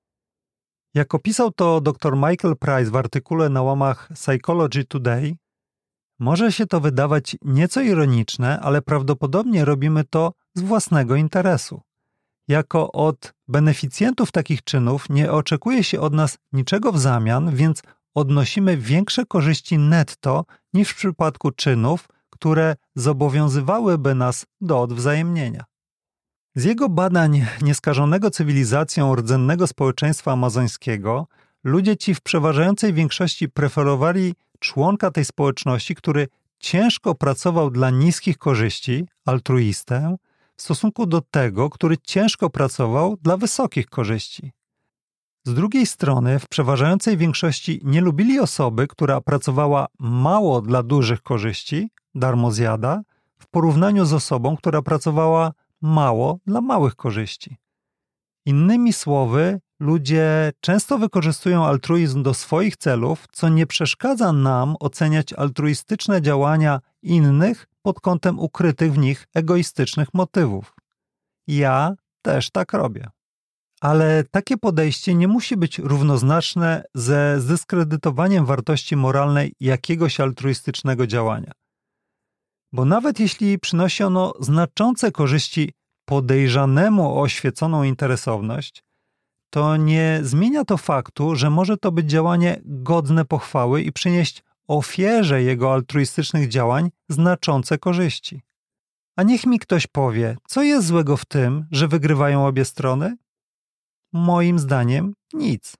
A: Jak opisał to dr Michael Price w artykule na łamach Psychology Today, może się to wydawać nieco ironiczne, ale prawdopodobnie robimy to z własnego interesu. Jako od beneficjentów takich czynów nie oczekuje się od nas niczego w zamian, więc odnosimy większe korzyści netto niż w przypadku czynów, które zobowiązywałyby nas do odwzajemnienia. Z jego badań nieskażonego cywilizacją rdzennego społeczeństwa amazońskiego, ludzie ci w przeważającej większości preferowali członka tej społeczności, który ciężko pracował dla niskich korzyści, altruistę, w stosunku do tego, który ciężko pracował dla wysokich korzyści. Z drugiej strony, w przeważającej większości nie lubili osoby, która pracowała mało dla dużych korzyści, darmozjada, w porównaniu z osobą, która pracowała mało dla małych korzyści. Innymi słowy, ludzie często wykorzystują altruizm do swoich celów, co nie przeszkadza nam oceniać altruistyczne działania innych pod kątem ukrytych w nich egoistycznych motywów. Ja też tak robię. Ale takie podejście nie musi być równoznaczne ze zdyskredytowaniem wartości moralnej jakiegoś altruistycznego działania. Bo nawet jeśli przynosi ono znaczące korzyści podejrzanemu o oświeconą interesowność, to nie zmienia to faktu, że może to być działanie godne pochwały i przynieść ofierze jego altruistycznych działań znaczące korzyści. A niech mi ktoś powie, co jest złego w tym, że wygrywają obie strony? Moim zdaniem nic.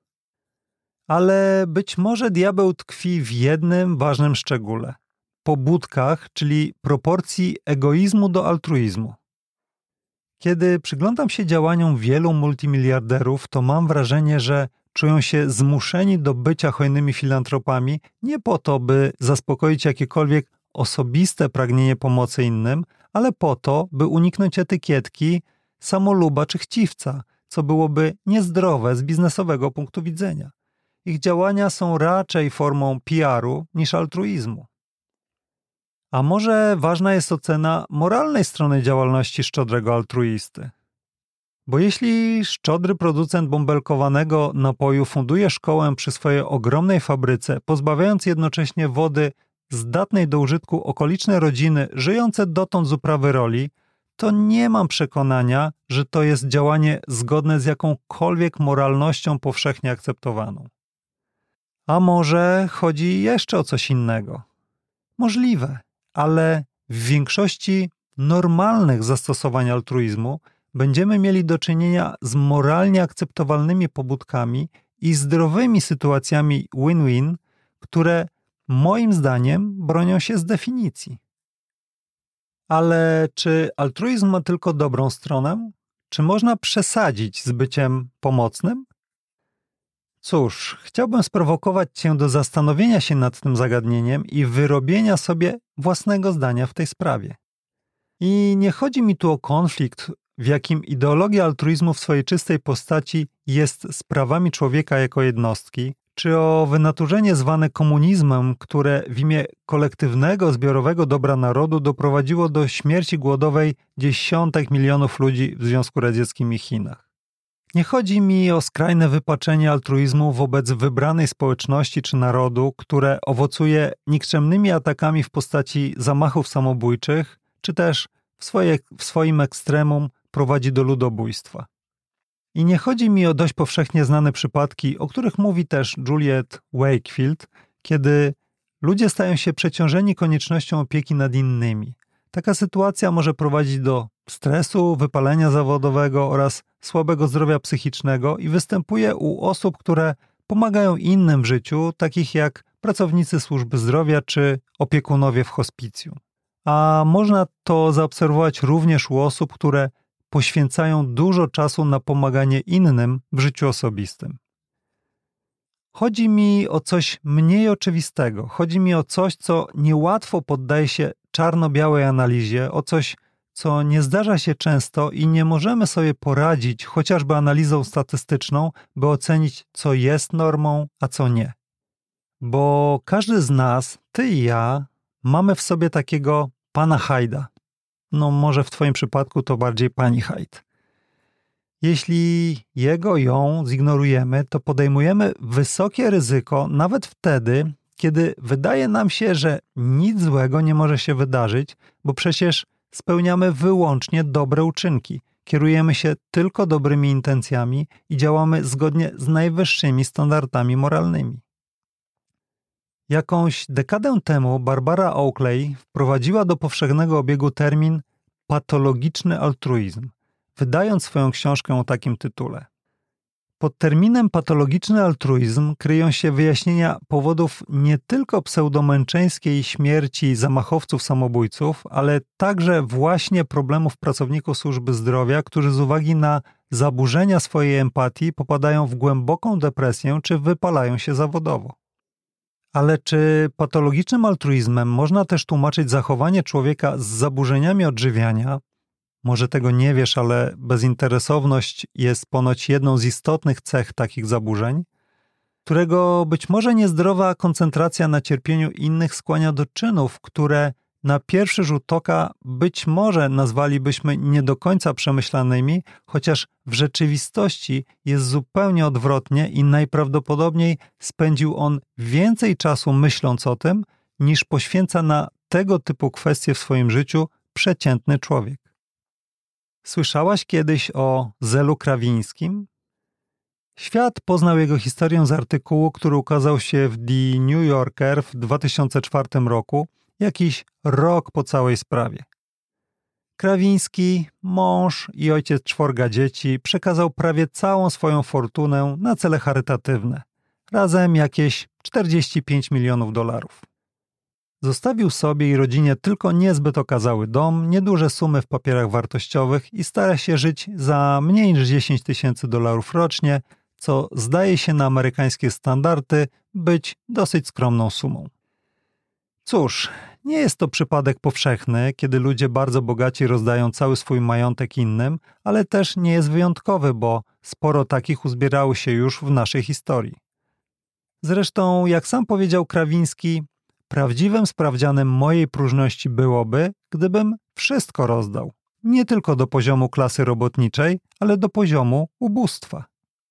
A: Ale być może diabeł tkwi w jednym ważnym szczególe – pobudkach, czyli proporcji egoizmu do altruizmu. Kiedy przyglądam się działaniom wielu multimiliarderów, to mam wrażenie, że czują się zmuszeni do bycia hojnymi filantropami nie po to, by zaspokoić jakiekolwiek osobiste pragnienie pomocy innym, ale po to, by uniknąć etykietki samoluba czy chciwca, co byłoby niezdrowe z biznesowego punktu widzenia. Ich działania są raczej formą PR-u niż altruizmu. A może ważna jest ocena moralnej strony działalności szczodrego altruisty? Bo jeśli szczodry producent bąbelkowanego napoju funduje szkołę przy swojej ogromnej fabryce, pozbawiając jednocześnie wody zdatnej do użytku okoliczne rodziny żyjące dotąd z uprawy roli, to nie mam przekonania, że to jest działanie zgodne z jakąkolwiek moralnością powszechnie akceptowaną. A może chodzi jeszcze o coś innego? Możliwe, ale w większości normalnych zastosowań altruizmu będziemy mieli do czynienia z moralnie akceptowalnymi pobudkami i zdrowymi sytuacjami win-win, które moim zdaniem bronią się z definicji. Ale czy altruizm ma tylko dobrą stronę? Czy można przesadzić z byciem pomocnym? Cóż, chciałbym sprowokować Cię do zastanowienia się nad tym zagadnieniem i wyrobienia sobie własnego zdania w tej sprawie. I nie chodzi mi tu o konflikt, w jakim ideologia altruizmu w swojej czystej postaci jest z prawami człowieka jako jednostki, czy o wynaturzenie zwane komunizmem, które w imię kolektywnego, zbiorowego dobra narodu doprowadziło do śmierci głodowej dziesiątek milionów ludzi w Związku Radzieckim i Chinach. Nie chodzi mi o skrajne wypaczenie altruizmu wobec wybranej społeczności czy narodu, które owocuje nikczemnymi atakami w postaci zamachów samobójczych, czy też w swoim ekstremum prowadzi do ludobójstwa. I nie chodzi mi o dość powszechnie znane przypadki, o których mówi też Juliet Wakefield, kiedy ludzie stają się przeciążeni koniecznością opieki nad innymi. Taka sytuacja może prowadzić do stresu, wypalenia zawodowego oraz słabego zdrowia psychicznego i występuje u osób, które pomagają innym w życiu, takich jak pracownicy służby zdrowia czy opiekunowie w hospicjum. A można to zaobserwować również u osób, które poświęcają dużo czasu na pomaganie innym w życiu osobistym. Chodzi mi o coś mniej oczywistego. Chodzi mi o coś, co niełatwo poddaje się czarno-białej analizie, o coś, co nie zdarza się często i nie możemy sobie poradzić chociażby analizą statystyczną, by ocenić, co jest normą, a co nie. Bo każdy z nas, ty i ja, mamy w sobie takiego pana Hyda. no może w twoim przypadku to bardziej pani Hyde. Jeśli ją zignorujemy, to podejmujemy wysokie ryzyko nawet wtedy, kiedy wydaje nam się, że nic złego nie może się wydarzyć, bo przecież spełniamy wyłącznie dobre uczynki, kierujemy się tylko dobrymi intencjami i działamy zgodnie z najwyższymi standardami moralnymi. Jakąś dekadę temu Barbara Oakley wprowadziła do powszechnego obiegu termin patologiczny altruizm, wydając swoją książkę o takim tytule. Pod terminem patologiczny altruizm kryją się wyjaśnienia powodów nie tylko pseudomęczeńskiej śmierci zamachowców samobójców, ale także właśnie problemów pracowników służby zdrowia, którzy z uwagi na zaburzenia swojej empatii popadają w głęboką depresję czy wypalają się zawodowo. Ale czy patologicznym altruizmem można też tłumaczyć zachowanie człowieka z zaburzeniami odżywiania? Może tego nie wiesz, ale bezinteresowność jest ponoć jedną z istotnych cech takich zaburzeń, którego być może niezdrowa koncentracja na cierpieniu innych skłania do czynów, które na pierwszy rzut oka być może nazwalibyśmy nie do końca przemyślanymi, chociaż w rzeczywistości jest zupełnie odwrotnie i najprawdopodobniej spędził on więcej czasu myśląc o tym, niż poświęca na tego typu kwestie w swoim życiu przeciętny człowiek. Słyszałaś kiedyś o Zelu Krawińskim? Świat poznał jego historię z artykułu, który ukazał się w The New Yorker w 2004 roku, jakiś rok po całej sprawie. Krawiński, mąż i ojciec 4 dzieci, przekazał prawie całą swoją fortunę na cele charytatywne, razem jakieś $45 milionów. Zostawił sobie i rodzinie tylko niezbyt okazały dom, nieduże sumy w papierach wartościowych i stara się żyć za mniej niż $10,000 rocznie, co zdaje się na amerykańskie standardy być dosyć skromną sumą. Cóż, nie jest to przypadek powszechny, kiedy ludzie bardzo bogaci rozdają cały swój majątek innym, ale też nie jest wyjątkowy, bo sporo takich uzbierało się już w naszej historii. Zresztą, jak sam powiedział Krawiński, prawdziwym sprawdzianem mojej próżności byłoby, gdybym wszystko rozdał, nie tylko do poziomu klasy robotniczej, ale do poziomu ubóstwa.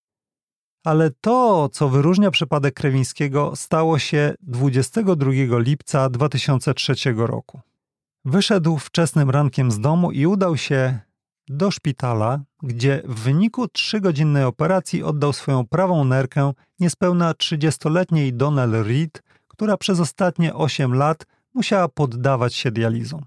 A: Ale to, co wyróżnia przypadek Krawińskiego, stało się 22 lipca 2003 roku. Wyszedł wczesnym rankiem z domu i udał się do szpitala, gdzie w wyniku 3-godzinnej operacji oddał swoją prawą nerkę niespełna 30-letniej Donnell Reed, która przez ostatnie 8 lat musiała poddawać się dializom.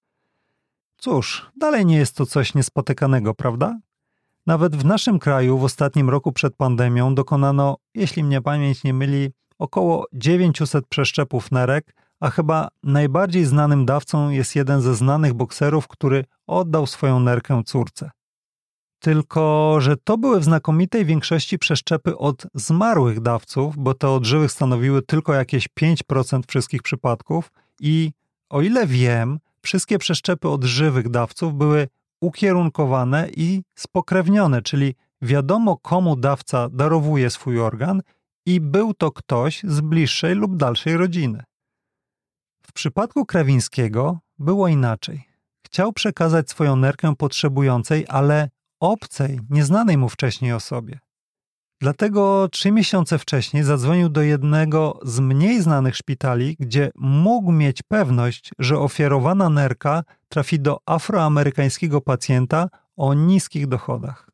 A: Cóż, dalej nie jest to coś niespotykanego, prawda? Nawet w naszym kraju w ostatnim roku przed pandemią dokonano, jeśli mnie pamięć nie myli, około 900 przeszczepów nerek, a chyba najbardziej znanym dawcą jest jeden ze znanych bokserów, który oddał swoją nerkę córce. Tylko że to były w znakomitej większości przeszczepy od zmarłych dawców, bo te od żywych stanowiły tylko jakieś 5% wszystkich przypadków i, o ile wiem, wszystkie przeszczepy od żywych dawców były ukierunkowane i spokrewnione, czyli wiadomo, komu dawca darowuje swój organ i był to ktoś z bliższej lub dalszej rodziny. W przypadku Krawińskiego było inaczej. Chciał przekazać swoją nerkę potrzebującej, ale obcej, nieznanej mu wcześniej osobie. Dlatego 3 miesiące wcześniej zadzwonił do jednego z mniej znanych szpitali, gdzie mógł mieć pewność, że ofiarowana nerka trafi do afroamerykańskiego pacjenta o niskich dochodach.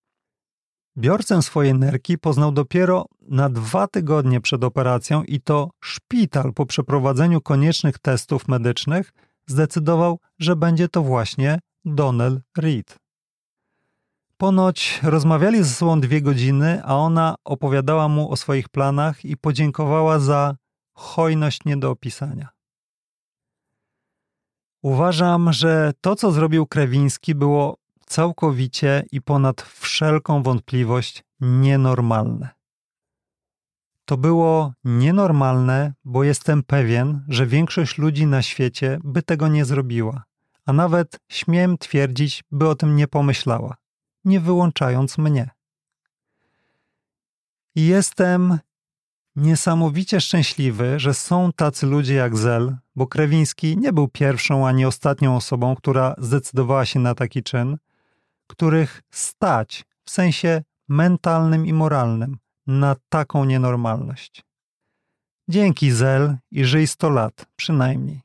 A: Biorcę swojej nerki poznał dopiero na 2 tygodnie przed operacją i to szpital po przeprowadzeniu koniecznych testów medycznych zdecydował, że będzie to właśnie Donnell Reed. Ponoć rozmawiali ze sobą 2 godziny, a ona opowiadała mu o swoich planach i podziękowała za hojność nie do opisania. Uważam, że to, co zrobił Krawiński, było całkowicie i ponad wszelką wątpliwość nienormalne. To było nienormalne, bo jestem pewien, że większość ludzi na świecie by tego nie zrobiła, a nawet śmiem twierdzić, by o tym nie pomyślała, nie wyłączając mnie. I jestem niesamowicie szczęśliwy, że są tacy ludzie jak Zel, bo Krewiński nie był pierwszą ani ostatnią osobą, która zdecydowała się na taki czyn, których stać w sensie mentalnym i moralnym na taką nienormalność. Dzięki, Zel, i żyj 100 lat, przynajmniej.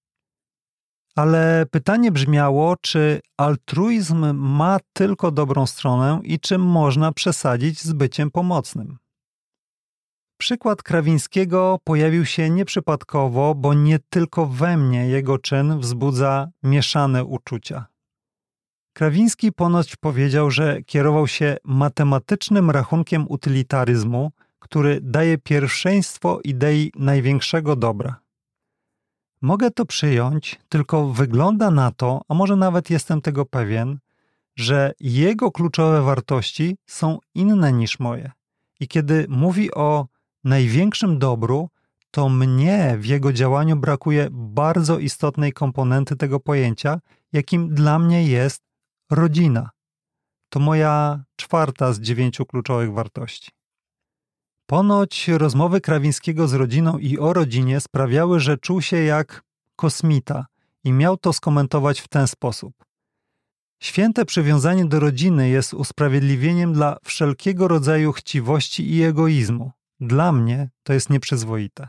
A: Ale pytanie brzmiało, czy altruizm ma tylko dobrą stronę i czy można przesadzić z byciem pomocnym. Przykład Krawińskiego pojawił się nieprzypadkowo, bo nie tylko we mnie jego czyn wzbudza mieszane uczucia. Krawiński ponoć powiedział, że kierował się matematycznym rachunkiem utylitaryzmu, który daje pierwszeństwo idei największego dobra. Mogę to przyjąć, tylko wygląda na to, a może nawet jestem tego pewien, że jego kluczowe wartości są inne niż moje. I kiedy mówi o największym dobru, to mnie w jego działaniu brakuje bardzo istotnej komponenty tego pojęcia, jakim dla mnie jest rodzina. To moja 4. z 9 kluczowych wartości. Ponoć rozmowy Krawińskiego z rodziną i o rodzinie sprawiały, że czuł się jak kosmita i miał to skomentować w ten sposób. Święte przywiązanie do rodziny jest usprawiedliwieniem dla wszelkiego rodzaju chciwości i egoizmu. Dla mnie to jest nieprzyzwoite.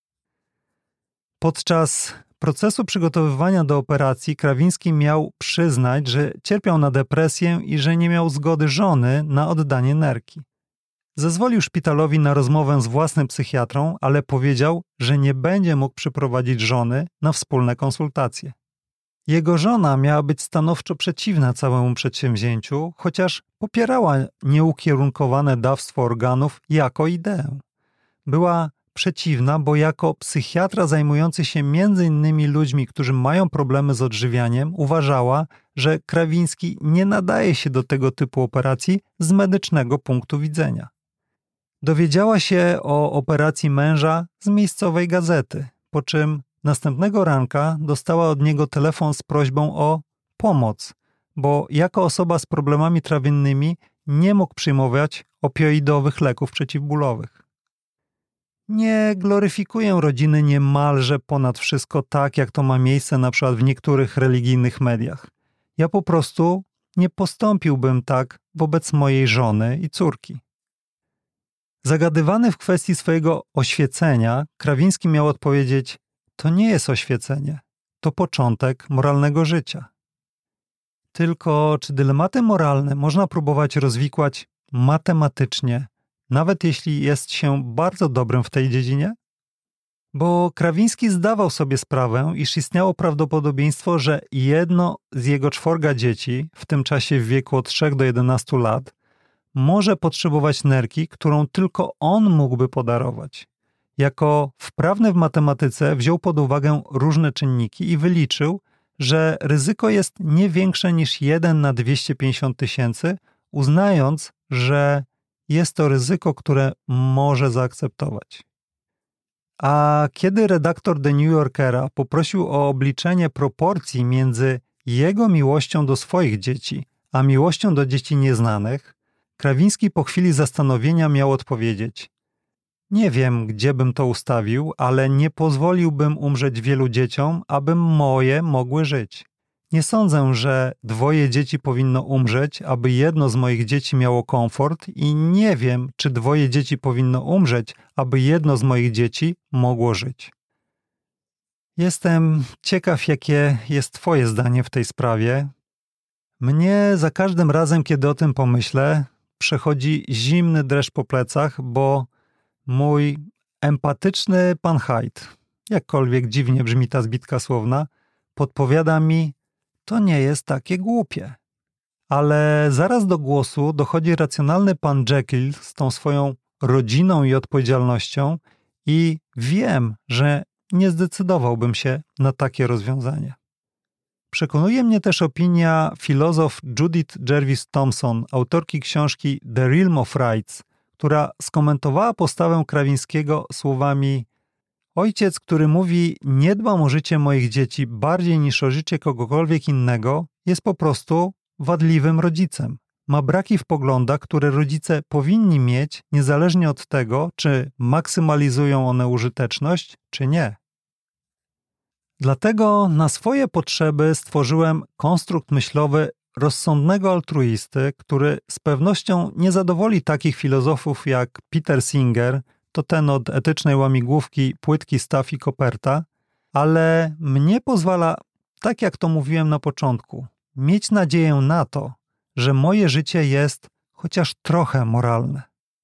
A: Podczas procesu przygotowywania do operacji Krawiński miał przyznać, że cierpiał na depresję i że nie miał zgody żony na oddanie nerki. Zezwolił szpitalowi na rozmowę z własnym psychiatrą, ale powiedział, że nie będzie mógł przyprowadzić żony na wspólne konsultacje. Jego żona miała być stanowczo przeciwna całemu przedsięwzięciu, chociaż popierała nieukierunkowane dawstwo organów jako ideę. Była przeciwna, bo jako psychiatra zajmujący się m.in. ludźmi, którzy mają problemy z odżywianiem, uważała, że Krawiński nie nadaje się do tego typu operacji z medycznego punktu widzenia. Dowiedziała się o operacji męża z miejscowej gazety, po czym następnego ranka dostała od niego telefon z prośbą o pomoc, bo jako osoba z problemami trawiennymi nie mógł przyjmować opioidowych leków przeciwbólowych. Nie gloryfikuję rodziny niemalże ponad wszystko tak, jak to ma miejsce na przykład w niektórych religijnych mediach. Ja po prostu nie postąpiłbym tak wobec mojej żony i córki. Zagadywany w kwestii swojego oświecenia, Krawiński miał odpowiedzieć: to nie jest oświecenie, to początek moralnego życia. Tylko czy dylematy moralne można próbować rozwikłać matematycznie, nawet jeśli jest się bardzo dobrym w tej dziedzinie? Bo Krawiński zdawał sobie sprawę, iż istniało prawdopodobieństwo, że jedno z jego 4 dzieci, w tym czasie w wieku od 3 do 11 lat, może potrzebować nerki, którą tylko on mógłby podarować. Jako wprawny w matematyce wziął pod uwagę różne czynniki i wyliczył, że ryzyko jest nie większe niż 1 na 250 000, uznając, że jest to ryzyko, które może zaakceptować. A kiedy redaktor The New Yorkera poprosił o obliczenie proporcji między jego miłością do swoich dzieci, a miłością do dzieci nieznanych, Krawiński po chwili zastanowienia miał odpowiedzieć: nie wiem, gdzie bym to ustawił, ale nie pozwoliłbym umrzeć wielu dzieciom, aby moje mogły żyć. Nie sądzę, że 2 dzieci powinno umrzeć, aby jedno z moich dzieci miało komfort i nie wiem, czy 2 dzieci powinno umrzeć, aby jedno z moich dzieci mogło żyć. Jestem ciekaw, jakie jest Twoje zdanie w tej sprawie. Mnie za każdym razem, kiedy o tym pomyślę, przechodzi zimny dreszcz po plecach, bo mój empatyczny pan Hyde, jakkolwiek dziwnie brzmi ta zbitka słowna, podpowiada mi: to nie jest takie głupie. Ale zaraz do głosu dochodzi racjonalny pan Jekyll z tą swoją rodziną i odpowiedzialnością i wiem, że nie zdecydowałbym się na takie rozwiązanie. Przekonuje mnie też opinia filozof Judith Jervis Thomson, autorki książki The Realm of Rights, która skomentowała postawę Krawińskiego słowami: ojciec, który mówi: nie dbam o życie moich dzieci bardziej niż o życie kogokolwiek innego, jest po prostu wadliwym rodzicem. Ma braki w poglądach, które rodzice powinni mieć, niezależnie od tego, czy maksymalizują one użyteczność, czy nie. Dlatego na swoje potrzeby stworzyłem konstrukt myślowy rozsądnego altruisty, który z pewnością nie zadowoli takich filozofów jak Peter Singer, to ten od etycznej łamigłówki Płytki Staw i Koperta, ale mnie pozwala, tak jak to mówiłem na początku, mieć nadzieję na to, że moje życie jest chociaż trochę moralne.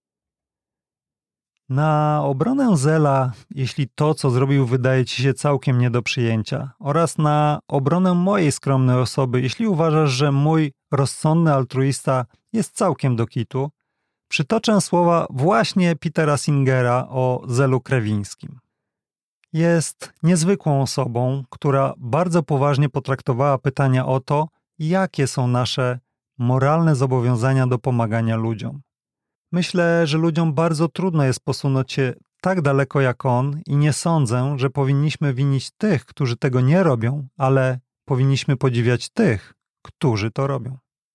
A: Na obronę Zela, jeśli to, co zrobił, wydaje ci się całkiem nie do przyjęcia, oraz na obronę mojej skromnej osoby, jeśli uważasz, że mój rozsądny altruista jest całkiem do kitu, przytoczę słowa właśnie Petera Singera o Zelu Krewińskim. Jest niezwykłą osobą, która bardzo poważnie potraktowała pytania o to, jakie są nasze moralne zobowiązania do pomagania ludziom. Myślę, że ludziom bardzo trudno jest posunąć się tak daleko jak on i nie sądzę, że powinniśmy winić tych, którzy tego nie robią, ale powinniśmy podziwiać tych, którzy to robią.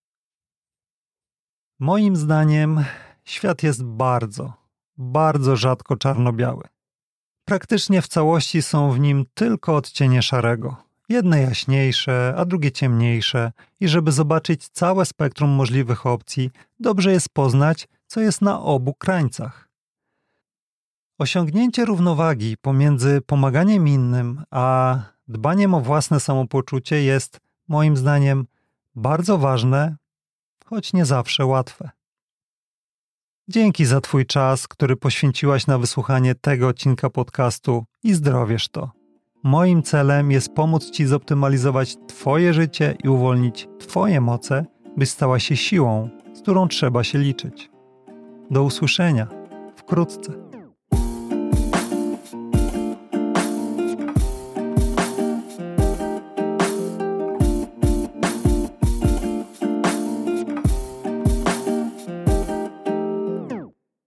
A: Moim zdaniem świat jest bardzo, bardzo rzadko czarno-biały. Praktycznie w całości są w nim tylko odcienie szarego. Jedne jaśniejsze, a drugie ciemniejsze i żeby zobaczyć całe spektrum możliwych opcji, dobrze jest poznać, co jest na obu krańcach. Osiągnięcie równowagi pomiędzy pomaganiem innym a dbaniem o własne samopoczucie jest, moim zdaniem, bardzo ważne, choć nie zawsze łatwe. Dzięki za Twój czas, który poświęciłaś na wysłuchanie tego odcinka podcastu i zdrowiesz to. Moim celem jest pomóc Ci zoptymalizować Twoje życie i uwolnić Twoje moce, byś stała się siłą, z którą trzeba się liczyć. Do usłyszenia wkrótce.